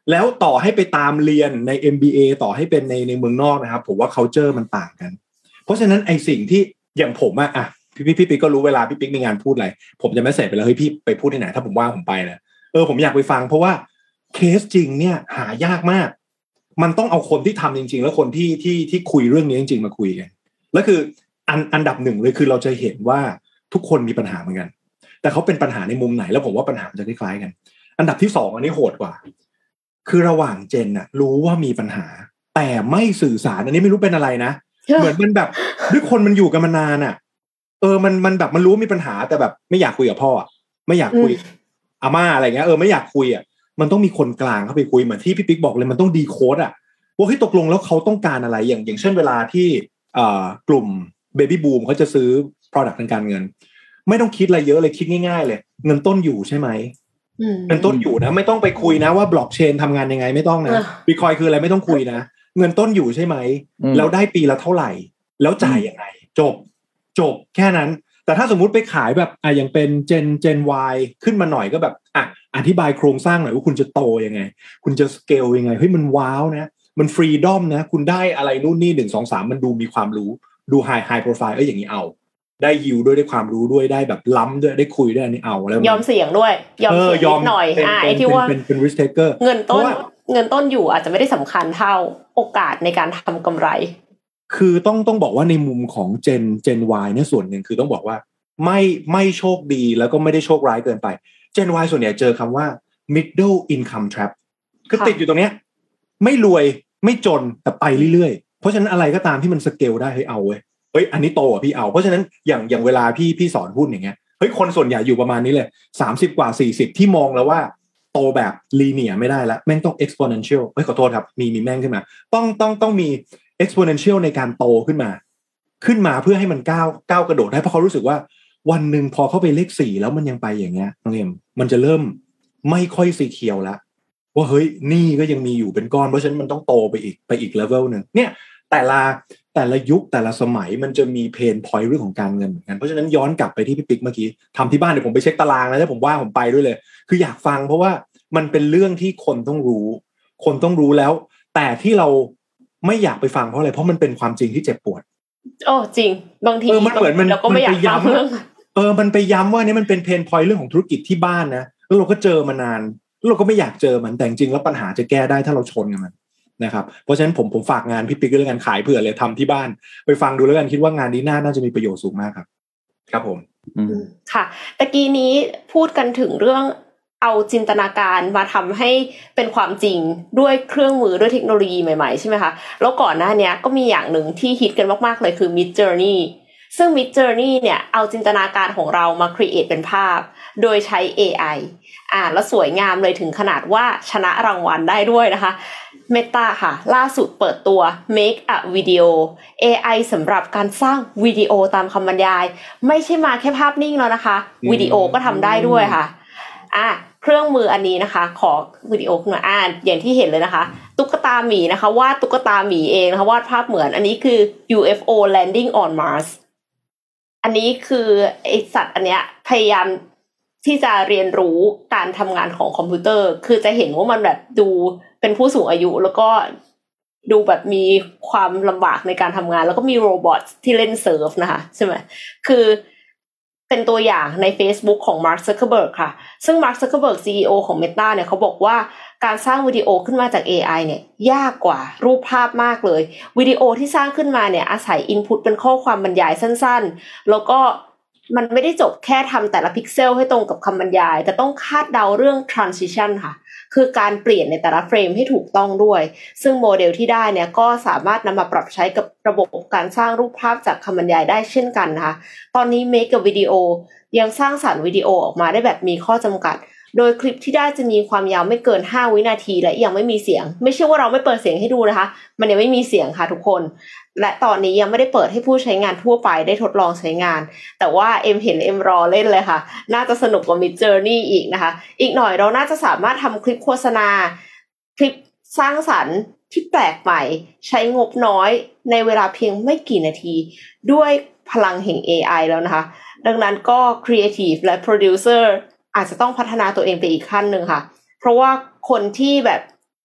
แล้วต่อให้ไปตามเรียนใน MBA ต่อให้เป็นในเมืองนอกนะครับผมว่า culture มันต่างกันเพราะฉะนั้นไอ้สิ่งที่อย่างผมอ่ะพี่ปิ๊กก็รู้เวลาพี่ปิ๊กมีงานพูดอะไรผมจะไม่เสร็จไปแล้วเฮ้ยพี่ไปพูดที่ไหนถ้าผมว่างผมไปเลยผมอยากไปฟังเพราะว่าเคสจริงเนี่ยหายากมากมันต้องเอาคนที่ทำจริงๆแล้วคนที่คุยเรื่องนี้จริงๆมาคุยกันแล้วคืออันดับหนึ่งเลยคือเราจะเห็นว่าทุกคนมีปัญหาเหมือนกันแต่เขาเป็นปัญหาในมุมไหนแล้วผมว่าปัญหามันจะคล้ายๆกันอันดับที่2อันนี้โหดกว่าคือระหว่างเจนน่ะรู้ว่ามีปัญหาแต่ไม่สื่อสารอันนี้ไม่รู้เป็นอะไรนะเหมือนมันแบบด้วยคนมันอยู่กันมานานอ่ะมันแบบมันรู้ว่ามีปัญหาแต่แบบไม่อยากคุยกับพ่อไม่อยากคุยอาม่าอะไรเงี้ยไม่อยากคุยอ่ะมันต้องมีคนกลางเข้าไปคุยเหมือนที่พี่ปิ๊กบอกเลยมันต้องดีโค้ดอ่ะว่าเฮ้ยตกลงแล้วเขาต้องการอะไรอย่างเช่นเวลาที่กลุ่มเบบี้บูมเขาจะซื้อ product ทางการเงินไม่ต้องคิดอะไรเยอะเลยคิดง่ายๆเลยเงินต้นอยู่ใช่ไหมเงินต้นอยู่นะไม่ต้องไปคุยนะว่าบล็อกเชนทำงานยังไงไม่ต้องนะบิตคอยคืออะไรไม่ต้องคุยนะเงินต้นอยู่ใช่ไหมแล้วได้ปีละเท่าไหร่แล้วจ่ายยังไงจบแค่นั้นแต่ถ้าสมมุติไปขายแบบอย่างเป็นเจน Y ขึ้นมาหน่อยก็แบบอธิบายโครงสร้างหน่อยว่าคุณจะโตยังไงคุณจะสเกลยังไงเฮ้ยมันว้าวนะมันฟรีดอมนะคุณได้อะไรนู่นนี่1 2 3มันดูมีความรู้ดูไฮโปรไฟล์อย่างนี้เอาได้ยิวด้วยได้ความรู้ด้วยได้แบบล้ำด้วยได้คุยด้วยอันนี้เอาแล้วยอมเสี่ยงด้วยยอมเสี่ยงนิดหน่อยไอ้ที่ว่าเป็น risk taker เงินต้นอยู่อาจจะไม่ได้สำคัญเท่าโอกาสในการทำกำไรคือต้องบอกว่าในมุมของเจน Y เนี่ยส่วนหนึ่งคือต้องบอกว่าไม่โชคดีแล้วก็ไม่ได้โชคร้ายเกินไปเจน Y ส่วนใหญ่เจอคำว่า middle income trap คือติดอยู่ตรงเนี้ยไม่รวยไม่จนแต่ไปเรื่อยๆเพราะฉะนั้นอะไรก็ตามที่มันสเกลได้ให้เอาเว้ยอันนี้โตอ่ะพี่เอาเพราะฉะนั้นอย่างเวลาพี่สอนหุ้นอย่างเงี้ยคนส่วนใหญ่อยู่ประมาณนี้เลย30กว่า40ที่มองแล้วว่าโตแบบลีเนียร์ไม่ได้แล้วแม่งต้อง exponential ขอโทษครับมีแม่งขึ้นมาต้องมี exponential ในการโตขึ้นมาเพื่อให้มันก้าวกระโดดได้เพราะเขารู้สึกว่าวันนึงพอเข้าไปเลข4แล้วมันยังไปอย่างเงี้ยน้องเอ็มมันจะเริ่มไม่ค่อยสีเขียวแล้วว่าเฮ้ยนี่ก็ยังมีอยู่เป็นก้อนเพราะฉะนั้นมันต้องโตไปอีกเลเวลนึงเนี่ยแต่ละยุคแต่ละสมัยมันจะมีเพนพอยต์เรื่องของการเงินเหมือนกันเพราะฉะนั้นย้อนกลับไปที่พี่ปิ๊กเมื่อกี้ทำที่บ้านเดี๋ยวผมไปเช็คตารางนะถ้าผมว่าผมไปด้วยเลยคืออยากฟังเพราะว่ามันเป็นเรื่องที่คนต้องรู้แล้วแต่ที่เราไม่อยากไปฟังเพราะอะไรเพราะมันเป็นความจริงที่เจ็บปวดจริงบางทีมันเหมือนมันก็ไม่อยากฟังมันไปย้ำว่านี่มันเป็นเพนพอยต์เรื่องของธุรกิจที่บ้านนะแล้วเราก็เจอมานานแล้วเราก็ไม่อยากเจอมันแต่จริงแล้วปัญหาจะแก้ได้ถ้าเราชนกับมันนะครับเพราะฉะนั้นผมฝากงานพี่ปิ๊กด้วยกันขายเผื่อเลยทำที่บ้านไปฟังดูแล้วกันคิดว่างานนี้น่าจะมีประโยชน์สูงมากครับผมค่ะตะกี้นี้พูดกันถึงเรื่องเอาจินตนาการมาทำให้เป็นความจริงด้วยเครื่องมือด้วยเทคโนโลยีใหม่ๆใช่ไหมคะแล้วก่อนหน้านี้ก็มีอย่างหนึ่งที่ฮิตกันมากๆเลยคือ Midjourney ซึ่ง Midjourney เนี่ยเอาจินตนาการของเรามา create เป็นภาพโดยใช้ AI แล้วสวยงามเลยถึงขนาดว่าชนะรางวัลได้ด้วยนะคะMeta ค่ะล่าสุดเปิดตัว Make a Video AI สำหรับการสร้างวิดีโอตามคำบรรยายไม่ใช่มาแค่ภาพนิ่งแล้วนะคะวิดีโอก็ทำได้ด้วยค่ะเครื่องมืออันนี้นะคะขอวิดีโอขึ้นมาอย่างที่เห็นเลยนะคะตุ๊กตาหมีนะคะวาดตุ๊กตาหมีเองนะคะวาดภาพเหมือนอันนี้คือ UFO landing on Mars อันนี้คือไอสัตว์อันเนี้ยพยายามที่จะเรียนรู้การทำงานของคอมพิวเตอร์คือจะเห็นว่ามันแบบดูเป็นผู้สูงอายุแล้วก็ดูแบบมีความลำบากในการทำงานแล้วก็มีโรบอทที่เล่นเซิร์ฟนะคะใช่ไหมคือเป็นตัวอย่างใน Facebook ของ Mark Zuckerberg ค่ะซึ่ง Mark Zuckerberg CEO ของ Meta เนี่ยเขาบอกว่าการสร้างวิดีโอขึ้นมาจาก AI เนี่ยยากกว่ารูปภาพมากเลยวิดีโอที่สร้างขึ้นมาเนี่ยอาศัย input เป็นข้อความบรรยายสั้นๆแล้วก็มันไม่ได้จบแค่ทำแต่ละพิกเซลให้ตรงกับคำบรรยายแต่ต้องคาดเดาเรื่อง transition ค่ะคือการเปลี่ยนในแต่ละเฟรมให้ถูกต้องด้วยซึ่งโมเดลที่ได้เนี่ยก็สามารถนำมาปรับใช้กับระบบการสร้างรูปภาพจากคำบรรยายได้เช่นกันนะคะตอนนี้ Make a Video ยังสร้างสรรค์วิดีโอออกมาได้แบบมีข้อจำกัดโดยคลิปที่ได้จะมีความยาวไม่เกิน5วินาทีและยังไม่มีเสียงไม่ใช่ว่าเราไม่เปิดเสียงให้ดูนะคะมันยังไม่มีเสียงค่ะทุกคนและตอนนี้ยังไม่ได้เปิดให้ผู้ใช้งานทั่วไปได้ทดลองใช้งานแต่ว่าเอ็มรอเล่นเลยค่ะน่าจะสนุกกว่า Midjourney อีกนะคะอีกหน่อยเราน่าจะสามารถทำคลิปโฆษณาคลิปสร้างสรรค์ที่แปลกใหม่ใช้งบน้อยในเวลาเพียงไม่กี่นาทีด้วยพลังแห่ง AI แล้วนะคะดังนั้นก็ Creative และ Producer อาจจะต้องพัฒนาตัวเองไปอีกขั้นหนึ่งค่ะเพราะว่าคนที่แบบ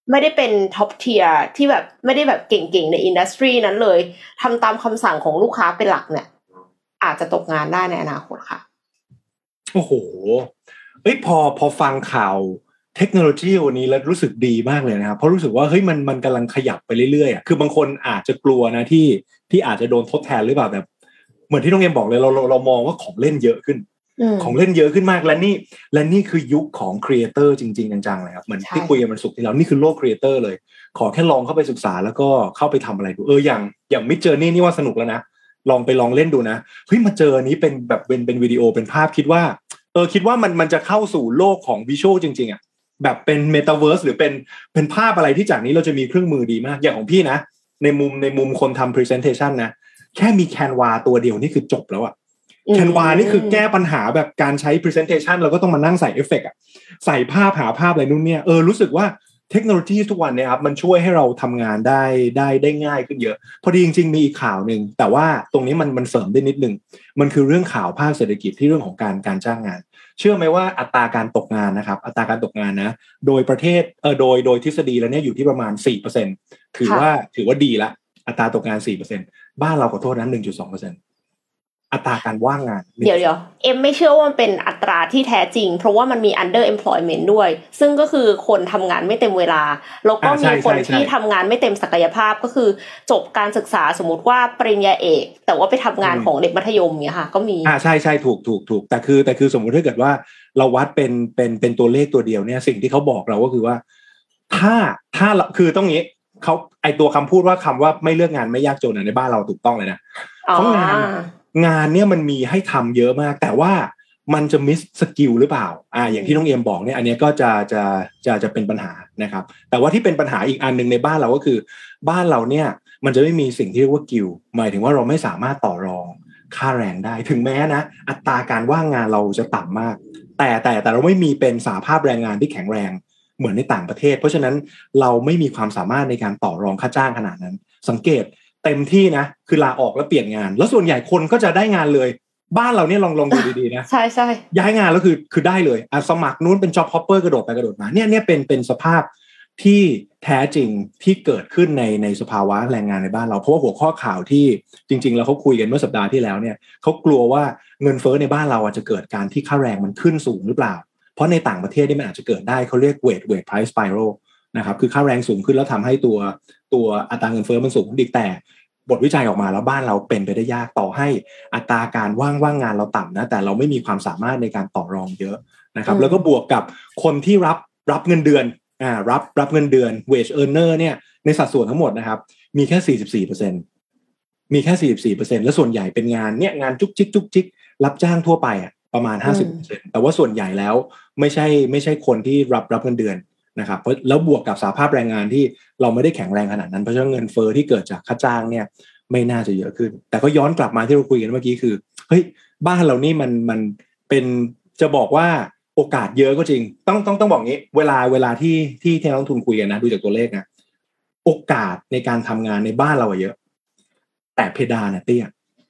ไม่ได้เป็นท็อปเทียร์ที่แบบไม่ได้แบบเก่งๆในอินดัสทรีนั้นเลยทำตามคำสั่งของลูกค้าเป็นหลักเนี่ยอาจจะตกงานได้ในอนาคตค่ะโอ้โหพอฟังข่าวเทคโนโลยีวันนี้แล้วรู้สึกดีมากเลยนะครับเพราะรู้สึกว่าเฮ้ยมันกำลังขยับไปเรื่อยๆคือบางคนอาจจะกลัวนะที่อาจจะโดนทดแทนหรือเปล่าแบบเหมือนที่น้องเอ็มบอกเลยเรามองว่าของเล่นเยอะขึ้นของเล่นเยอะขึ้นมากและนี่คือยุคของครีเอเตอร์จริงๆจังๆเลยครับเหมือนที่คุยกันวันศุกร์ที่แล้วนี่คือโลกครีเอเตอร์เลยขอแค่ลองเข้าไปศึกษาแล้วก็เข้าไปทำอะไรดูอย่างมิดเจอร์นี่ว่าสนุกแล้วนะลองเล่นดูนะเฮ้ยมาเจอนี้เป็นแบบเป็นวิดีโอเป็นภาพคิดว่ามันจะเข้าสู่โลกของวิชวลจริงๆอ่ะแบบเป็นเมตาเวิร์สหรือเป็นภาพอะไรที่จากนี้เราจะมีเครื่องมือดีมากอย่างของพี่นะในมุมคนทำ presentation นะแค่มีแคนวาตัวเดียวนี่คือจบแล้วอ่ะแคนวานี่คือแก้ปัญหาแบบการใช้ presentation เราก็ต้องมานั่งใส่เอฟเฟกต์อ่ะใส่ภาพหาภาพอะไรนู่นเนี่ยรู้สึกว่าเทคโนโลยีทุกวันเนี่ยครับมันช่วยให้เราทำงานได้ง่ายขึ้นเยอะพอดีจริงๆมีอีกข่าวนึงแต่ว่าตรงนี้มันเสริมได้นิดนึงมันคือเรื่องข่าวภาคเศรษฐกิจที่เรื่องของการจ้างงานเชื่อไหมว่าอัตราการตกงานนะครับอัตราการตกงานนะโดยประเทศโดยทฤษฎีแล้วเนี่ยอยู่ที่ประมาณ 4% ถือว่าดีละอัตราตกงาน 4% บ้านเราขอโทษนะ 1.2% อัตราการว่างงานเดี๋ยวเอ็มไม่เชื่อว่ามันเป็นอัตราที่แท้จริงเพราะว่ามันมี under employment ด้วยซึ่งก็คือคนทำงานไม่เต็มเวลาแล้วก็มีคนที่ทำงานไม่เต็มศักยภาพก็คือจบการศึกษาสมมติว่าปริญญาเอกแต่ว่าไปทำงานของเด็กมัธยมเนี่ยค่ะก็มีใช่ถูกแต่คือสมมติถ้าเกิดว่าเราวัดเป็นตัวเลขตัวเดียวเนี่ยสิ่งที่เขาบอกเราก็คือว่าถ้าคือต้องงี้เขาไอตัวคำพูดว่าคำว่าไม่เลือกงานไม่ยากจนในบ้านเราถูกต้องเลยนะเพราะงานเนี่ยมันมีให้ทำเยอะมากแต่ว่ามันจะมิสสกิลหรือเปล่าอย่างที่น้องเอ็มบอกเนี่ยอันนี้ก็จะเป็นปัญหานะครับแต่ว่าที่เป็นปัญหาอีกอันนึงในบ้านเราก็คือบ้านเราเนี่ยมันจะไม่มีสิ่งที่เรียกว่ากิลหมายถึงว่าเราไม่สามารถต่อรองค่าแรงได้ถึงแม้นะอัตราการว่างงานเราจะต่ำมากแต่เราไม่มีเป็นสหภาพแรงงานที่แข็งแรงเหมือนในต่างประเทศเพราะฉะนั้นเราไม่มีความสามารถในการต่อรองค่าจ้างขนาดนั้นสังเกตเต็มที่นะคือลาออกแล้วเปลี่ยนงานแล้วส่วนใหญ่คนก็จะได้งานเลยบ้านเราเนี่ยลองดูดีๆนะใช่ย้ายงานแล้วคือได้เลยสมัครนู้นเป็น job hopper กระโดดไปกระโดดมาเนี่ยเป็นสภาพที่แท้จริงที่เกิดขึ้นในสภาวะแรงงานในบ้านเราเพราะว่าหัวข้อข่าวที่จริงๆแล้วเขาคุยกันเมื่อสัปดาห์ที่แล้วเนี่ยเขากลัวว่าเงินเฟ้อในบ้านเราจะเกิดการที่ค่าแรงมันขึ้นสูงหรือเปล่าเพราะในต่างประเทศนี่มันอาจจะเกิดได้เขาเรียก wage price spiral นะครับคือค่าแรงสูงขึ้นแล้วทำให้ตัวอัตราเงินเฟ้อมันสูงอีกแต่บทวิจัยออกมาแล้วบ้านเราเป็นไปได้ยากต่อให้อัตราการว่างงานเราต่ำนะแต่เราไม่มีความสามารถในการต่อรองเยอะนะครับแล้วก็บวกกับคนที่รับเงินเดือนรับเงินเดือน wage earner เนี่ยในสัดส่วนทั้งหมดนะครับมีแค่ 44% มีแค่ 44% และส่วนใหญ่เป็นงานจุกจิกรับจ้างทั่วไปประมาณ 50% แต่ว่าส่วนใหญ่แล้วไม่ใช่คนที่รับเงินเดือนนะครับเพราะแล้วบวกกับสหภาพแรงงานที่เราไม่ได้แข็งแรงขนาดนั้นเพราะฉะนั้นเงินเฟ้อที่เกิดจากค่าจ้างเนี่ยไม่น่าจะเยอะขึ้นแต่ก็ย้อนกลับมาที่เราคุยกันเมื่อกี้คือเฮ้ยบ้านเรานี่มันเป็นจะบอกว่าโอกาสเยอะก็จริงต้องบอกงี้เวลาที่นักลงทุนคุยกันนะดูจากตัวเลขนะโอกาสในการทำงานในบ้านเราเยอะแต่เพดานเตี้ย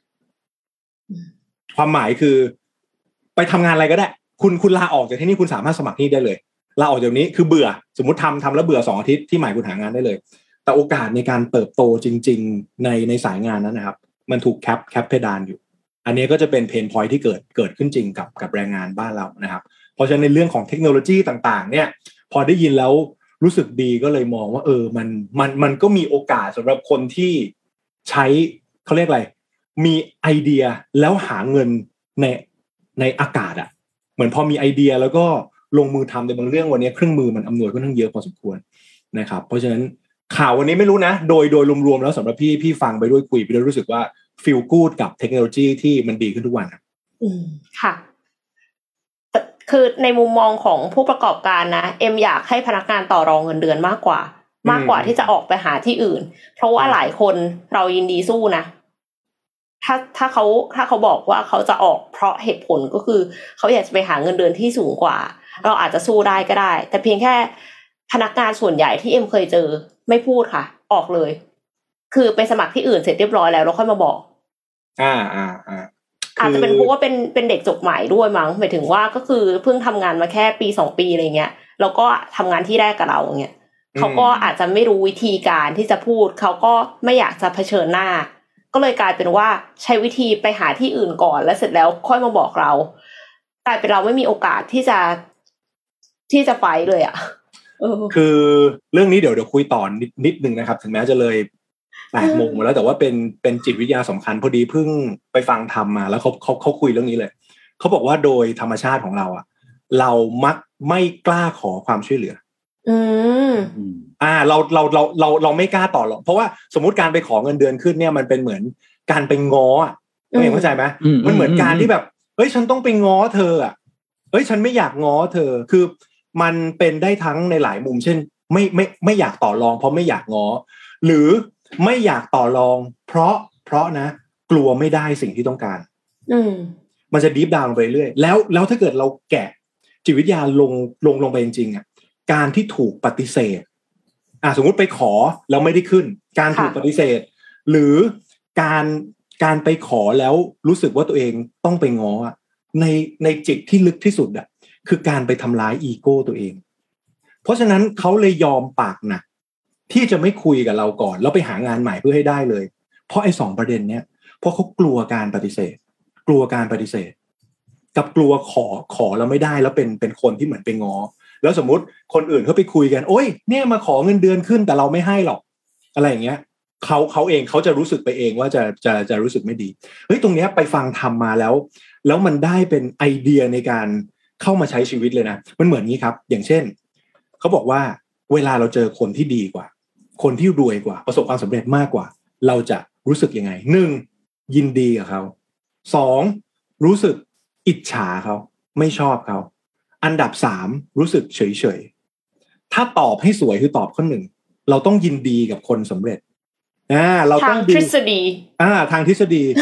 ความหมายคือไปทำงานอะไรก็ได้คุณลาออกจากที่นี่คุณสามารถสมัครที่ได้เลยลาออกจากนี้คือเบื่อสมมุติทำแล้วเบื่อ2 อาทิตย์ที่ใหม่คุณหางานได้เลยแต่โอกาสในการเติบโตจริงๆในสายงานนั้นนะครับมันถูกแคปเพดานอยู่อันนี้ก็จะเป็นเพนพอยท์ที่เกิดขึ้นจริงกับแรงงานบ้านเรานะครับเพราะฉะนั้นในเรื่องของเทคโนโลยีต่างๆเนี่ยพอได้ยินแล้วรู้สึกดีก็เลยมองว่ามันก็มีโอกาสสำหรับคนที่ใช้เขาเรียกอะไรมีไอเดียแล้วหาเงินในอากาศเหมือนพอมีไอเดียแล้วก็ลงมือทำในบางเรื่องวันนี้เครื่องมือมันอำนวยค่อนข้างเยอะพอสมควรนะครับเพราะฉะนั้นข่าววันนี้ไม่รู้นะโดยรวมๆแล้วสำหรับพี่ฟังไปด้วยคุยไปด้วยรู้สึกว่าฟีลกู๊ดกับเทคโนโลยีที่มันดีขึ้นทุกวันครับค่ะคือในมุมมองของผู้ประกอบการนะเอ็มอยากให้พนักงานต่อรองเงินเดือนมากกว่าที่จะออกไปหาที่อื่นเพราะว่าหลายคนเรายินดีสู้นะถ้าเขาบอกว่าเขาจะออกเพราะเหตุผลก็คือเขาอยากจะไปหาเงินเดือนที่สูงกว่าเราอาจจะสู้ได้ก็ได้แต่เพียงแค่พนักงานส่วนใหญ่ที่เอ็มเคยเจอไม่พูดค่ะออกเลยคือไปสมัครที่อื่นเสร็จเรียบร้อยแล้วค่อยมาบอกอาจจะเป็นเพราะว่าเป็นเด็กจบใหม่ด้วยมั้งหมายถึงว่าก็คือเพิ่งทำงานมาแค่ปี2 ปีอะไรเงี้ยแล้วก็ทำงานที่แรกกับเราเงี้ยเขาก็อาจจะไม่รู้วิธีการที่จะพูดเขาก็ไม่อยากจะเผชิญหน้าก็เลยกลายเป็นว่าใช้วิธีไปหาที่อื่นก่อนแล้วเสร็จแล้วค่อยมาบอกเรากลายเป็นเราไม่มีโอกาสที่จะไฟเลยอ่ะคือเรื่องนี้เดี๋ยวคุยต่อนิดนึงนะครับถึงแม้จะเลย8 โมงมาแล้วแต่ว่าเป็นจิตวิทยาสำคัญพอดีเพิ่งไปฟังธรรมมาแล้วเขาคุยเรื่องนี้เลยเขาบอกว่าโดยธรรมชาติของเราอ่ะเรามักไม่กล้าขอความช่วยเหลือเราไม่กล้าต่อหรอกเพราะว่าสมมุติการไปขอเงินเดือนขึ้นเนี่ยมันเป็นเหมือนการไปง้อเข้าใจไหมมันเหมือนการที่แบบเฮ้ยฉันต้องไปง้อเธออ่ะเฮ้ยฉันไม่อยากง้อเธอคือมันเป็นได้ทั้งในหลายมุมเช่นไม่อยากต่อรองเพราะไม่อยากง้อหรือไม่อยากต่อรองเพราะนะกลัวไม่ได้สิ่งที่ต้องการมันจะดีฟดาวน์ลงไปเรื่อยแล้วถ้าเกิดเราแกะจิตวิทยาลงไปจริงๆอ่ะการที่ถูกปฏิเสธสมมุติไปขอแล้วไม่ได้ขึ้นการถูกปฏิเสธหรือการไปขอแล้วรู้สึกว่าตัวเองต้องไปง้อในจิตที่ลึกที่สุดอ่ะคือการไปทำร้ายอีโก้ตัวเองเพราะฉะนั้นเขาเลยยอมปากหนักที่จะไม่คุยกับเราก่อนแล้วไปหางานใหม่เพื่อให้ได้เลยเพราะไอ้2ประเด็นเนี้ยเพราะเขากลัวการปฏิเสธกับกลัวขอแล้วไม่ได้แล้วเป็นคนที่เหมือนไปง้อแล้วสมมุติคนอื่นเขาไปคุยกันโอ๊ยเนี่ยมาขอเงินเดือนขึ้นแต่เราไม่ให้หรอกอะไรอย่างเงี้ยเขาเองเขาจะรู้สึกไปเองว่าจะรู้สึกไม่ดีเฮ้ยตรงเนี้ยไปฟังธรรมมาแล้วมันได้เป็นไอเดียในการเข้ามาใช้ชีวิตเลยนะมันเหมือนนี้ครับอย่างเช่นเขาบอกว่าเวลาเราเจอคนที่ดีกว่าคนที่รวยกว่าประสบความสำเร็จมากกว่าเราจะรู้สึกยังไง1ยินดีกับเขา2รู้สึกอิจฉาเขาไม่ชอบเขาอันดับ3รู้สึกเฉยๆถ้าตอบให้สวยคือตอบข้อ1เราต้องยินดีกับคนสำเร็จเราต้องดูทางทฤษฎีทางทฤษฎี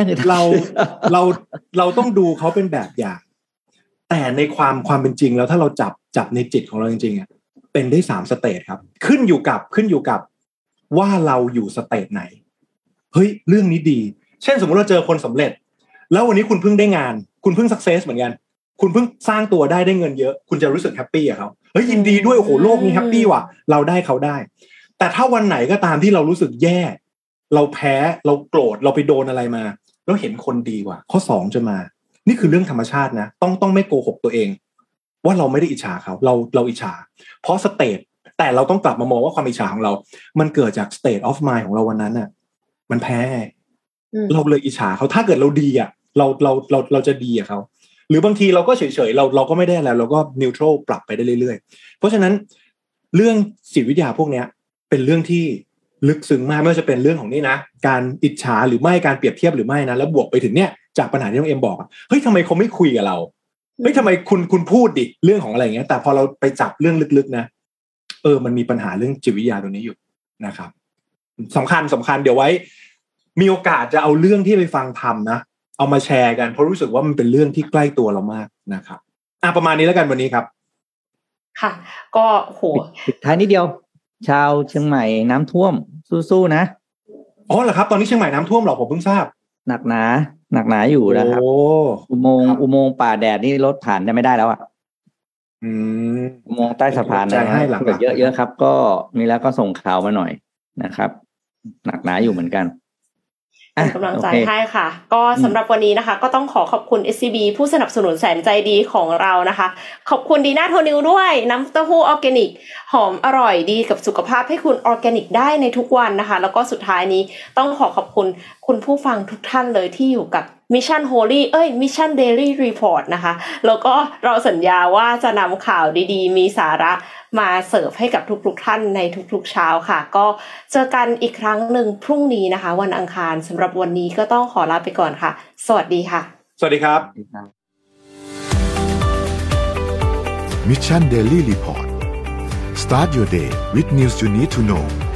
เราต้องดูเขาเป็นแบบอย่างแต่ในความเป็นจริงแล้วถ้าเราจับในจิตของเราจริงๆเป็นได้3สเตจครับขึ้นอยู่กับว่าเราอยู่สเตจไหนเฮ้ยเรื่องนี้ดีเช่นสมมุติเราเจอคนสำเร็จแล้ววันนี้คุณเพิ่งได้งานคุณเพิ่งสักเซสเหมือนกันคุณเพิ่งสร้างตัวได้เงินเยอะคุณจะรู้สึกแฮปปี้กับเขาเฮ้ยยินดีด้วยโอ้โหโลกนี้แฮปปี้ว่ะเราได้เขาได้แต่ถ้าวันไหนก็ตามที่เรารู้สึกแย่เราแพ้เราโกรธเราไปโดนอะไรมาแล้วเห็นคนดีกว่าข้อ2จะมานี่คือเรื่องธรรมชาตินะต้องไม่โกหกตัวเองว่าเราไม่ได้อิจฉาเขาเราอิจฉาเพราะสเตทแต่เราต้องกลับมามองว่าความอิจฉาของเรามันเกิดจาก state of mind ของเราวันนั้นน่ะมันแพ้เราเลยอิจฉาเขาถ้าเกิดเราดีอ่ะเราจะดีอ่ะเขาหรือบางทีเราก็เฉยๆเราก็ไม่ได้แล้วเราก็นิวทรัลปรับไปได้เรื่อยๆเพราะฉะนั้นเรื่องจิตวิทยาพวกนี้เป็นเรื่องที่ลึกซึ้งมากไม่ว่าจะเป็นเรื่องของนี่นะการอิจฉาหรือไม่การเปรียบเทียบหรือไม่นะแล้วบวกไปถึงเนี่ยจากปัญหาที่น้องเอ็มบอกเฮ้ยทำไมเขาไม่คุยกับเราเฮ้ยทำไมคุณพูดดิเรื่องของอะไรอย่างเงี้ยแต่พอเราไปจับเรื่องลึกๆนะมันมีปัญหาเรื่องจิตวิทยาตรงนี้อยู่นะครับสำคัญเดี๋ยวไว้มีโอกาสจะเอาเรื่องที่ไปฟังธรรมนะเอามาแชร์กันเพราะรู้สึกว่ามันเป็นเรื่องที่ใกล้ตัวเรามากนะครับประมาณนี้แล้วกันวันนี้ครับค่ะก็โหปิดท้ายนิดเดียวชาวเชียงใหม่น้ำท่วมสู้ๆนะเหรอครับตอนนี้เชียงใหม่น้ำท่วมหรอผมเพิ่งทราบหนักหนาอยู่นะครับอุโมงค์ป่าแดดนี่รถผ่านจะไม่ได้แล้วอุโมงค์ใต้สะพานนะเยอะๆครับก็มีแล้วก็ส่งข่าวมาหน่อยนะครับหนักหนาอยู่เหมือนกันกำลังใจให้ค่ะก็สำหรับวันนี้นะคะก็ต้องขอบคุณ SCB ผู้สนับสนุนแสนใจดีของเรานะคะขอบคุณดีน่าโทนิวด้วยน้ำเต้าหู้ออร์แกนิกหอมอร่อยดีกับสุขภาพให้คุณออร์แกนิกได้ในทุกวันนะคะแล้วก็สุดท้ายนี้ต้องขอบคุณคุณผู้ฟังทุกท่านเลยที่อยู่กับMission Holy Mission Daily Report นะคะแล้วก็เราสัญญาว่าจะนำข่าวดีๆมีสาระมาเสิร์ฟให้กับทุกๆท่านในทุกๆเช้าค่ะก็เจอกันอีกครั้งหนึ่งพรุ่งนี้นะคะวันอังคารสำหรับวันนี้ก็ต้องขอลาไปก่อนค่ะสวัสดีค่ะสวัสดีครับ Mission Daily Report Start your day with news you need to know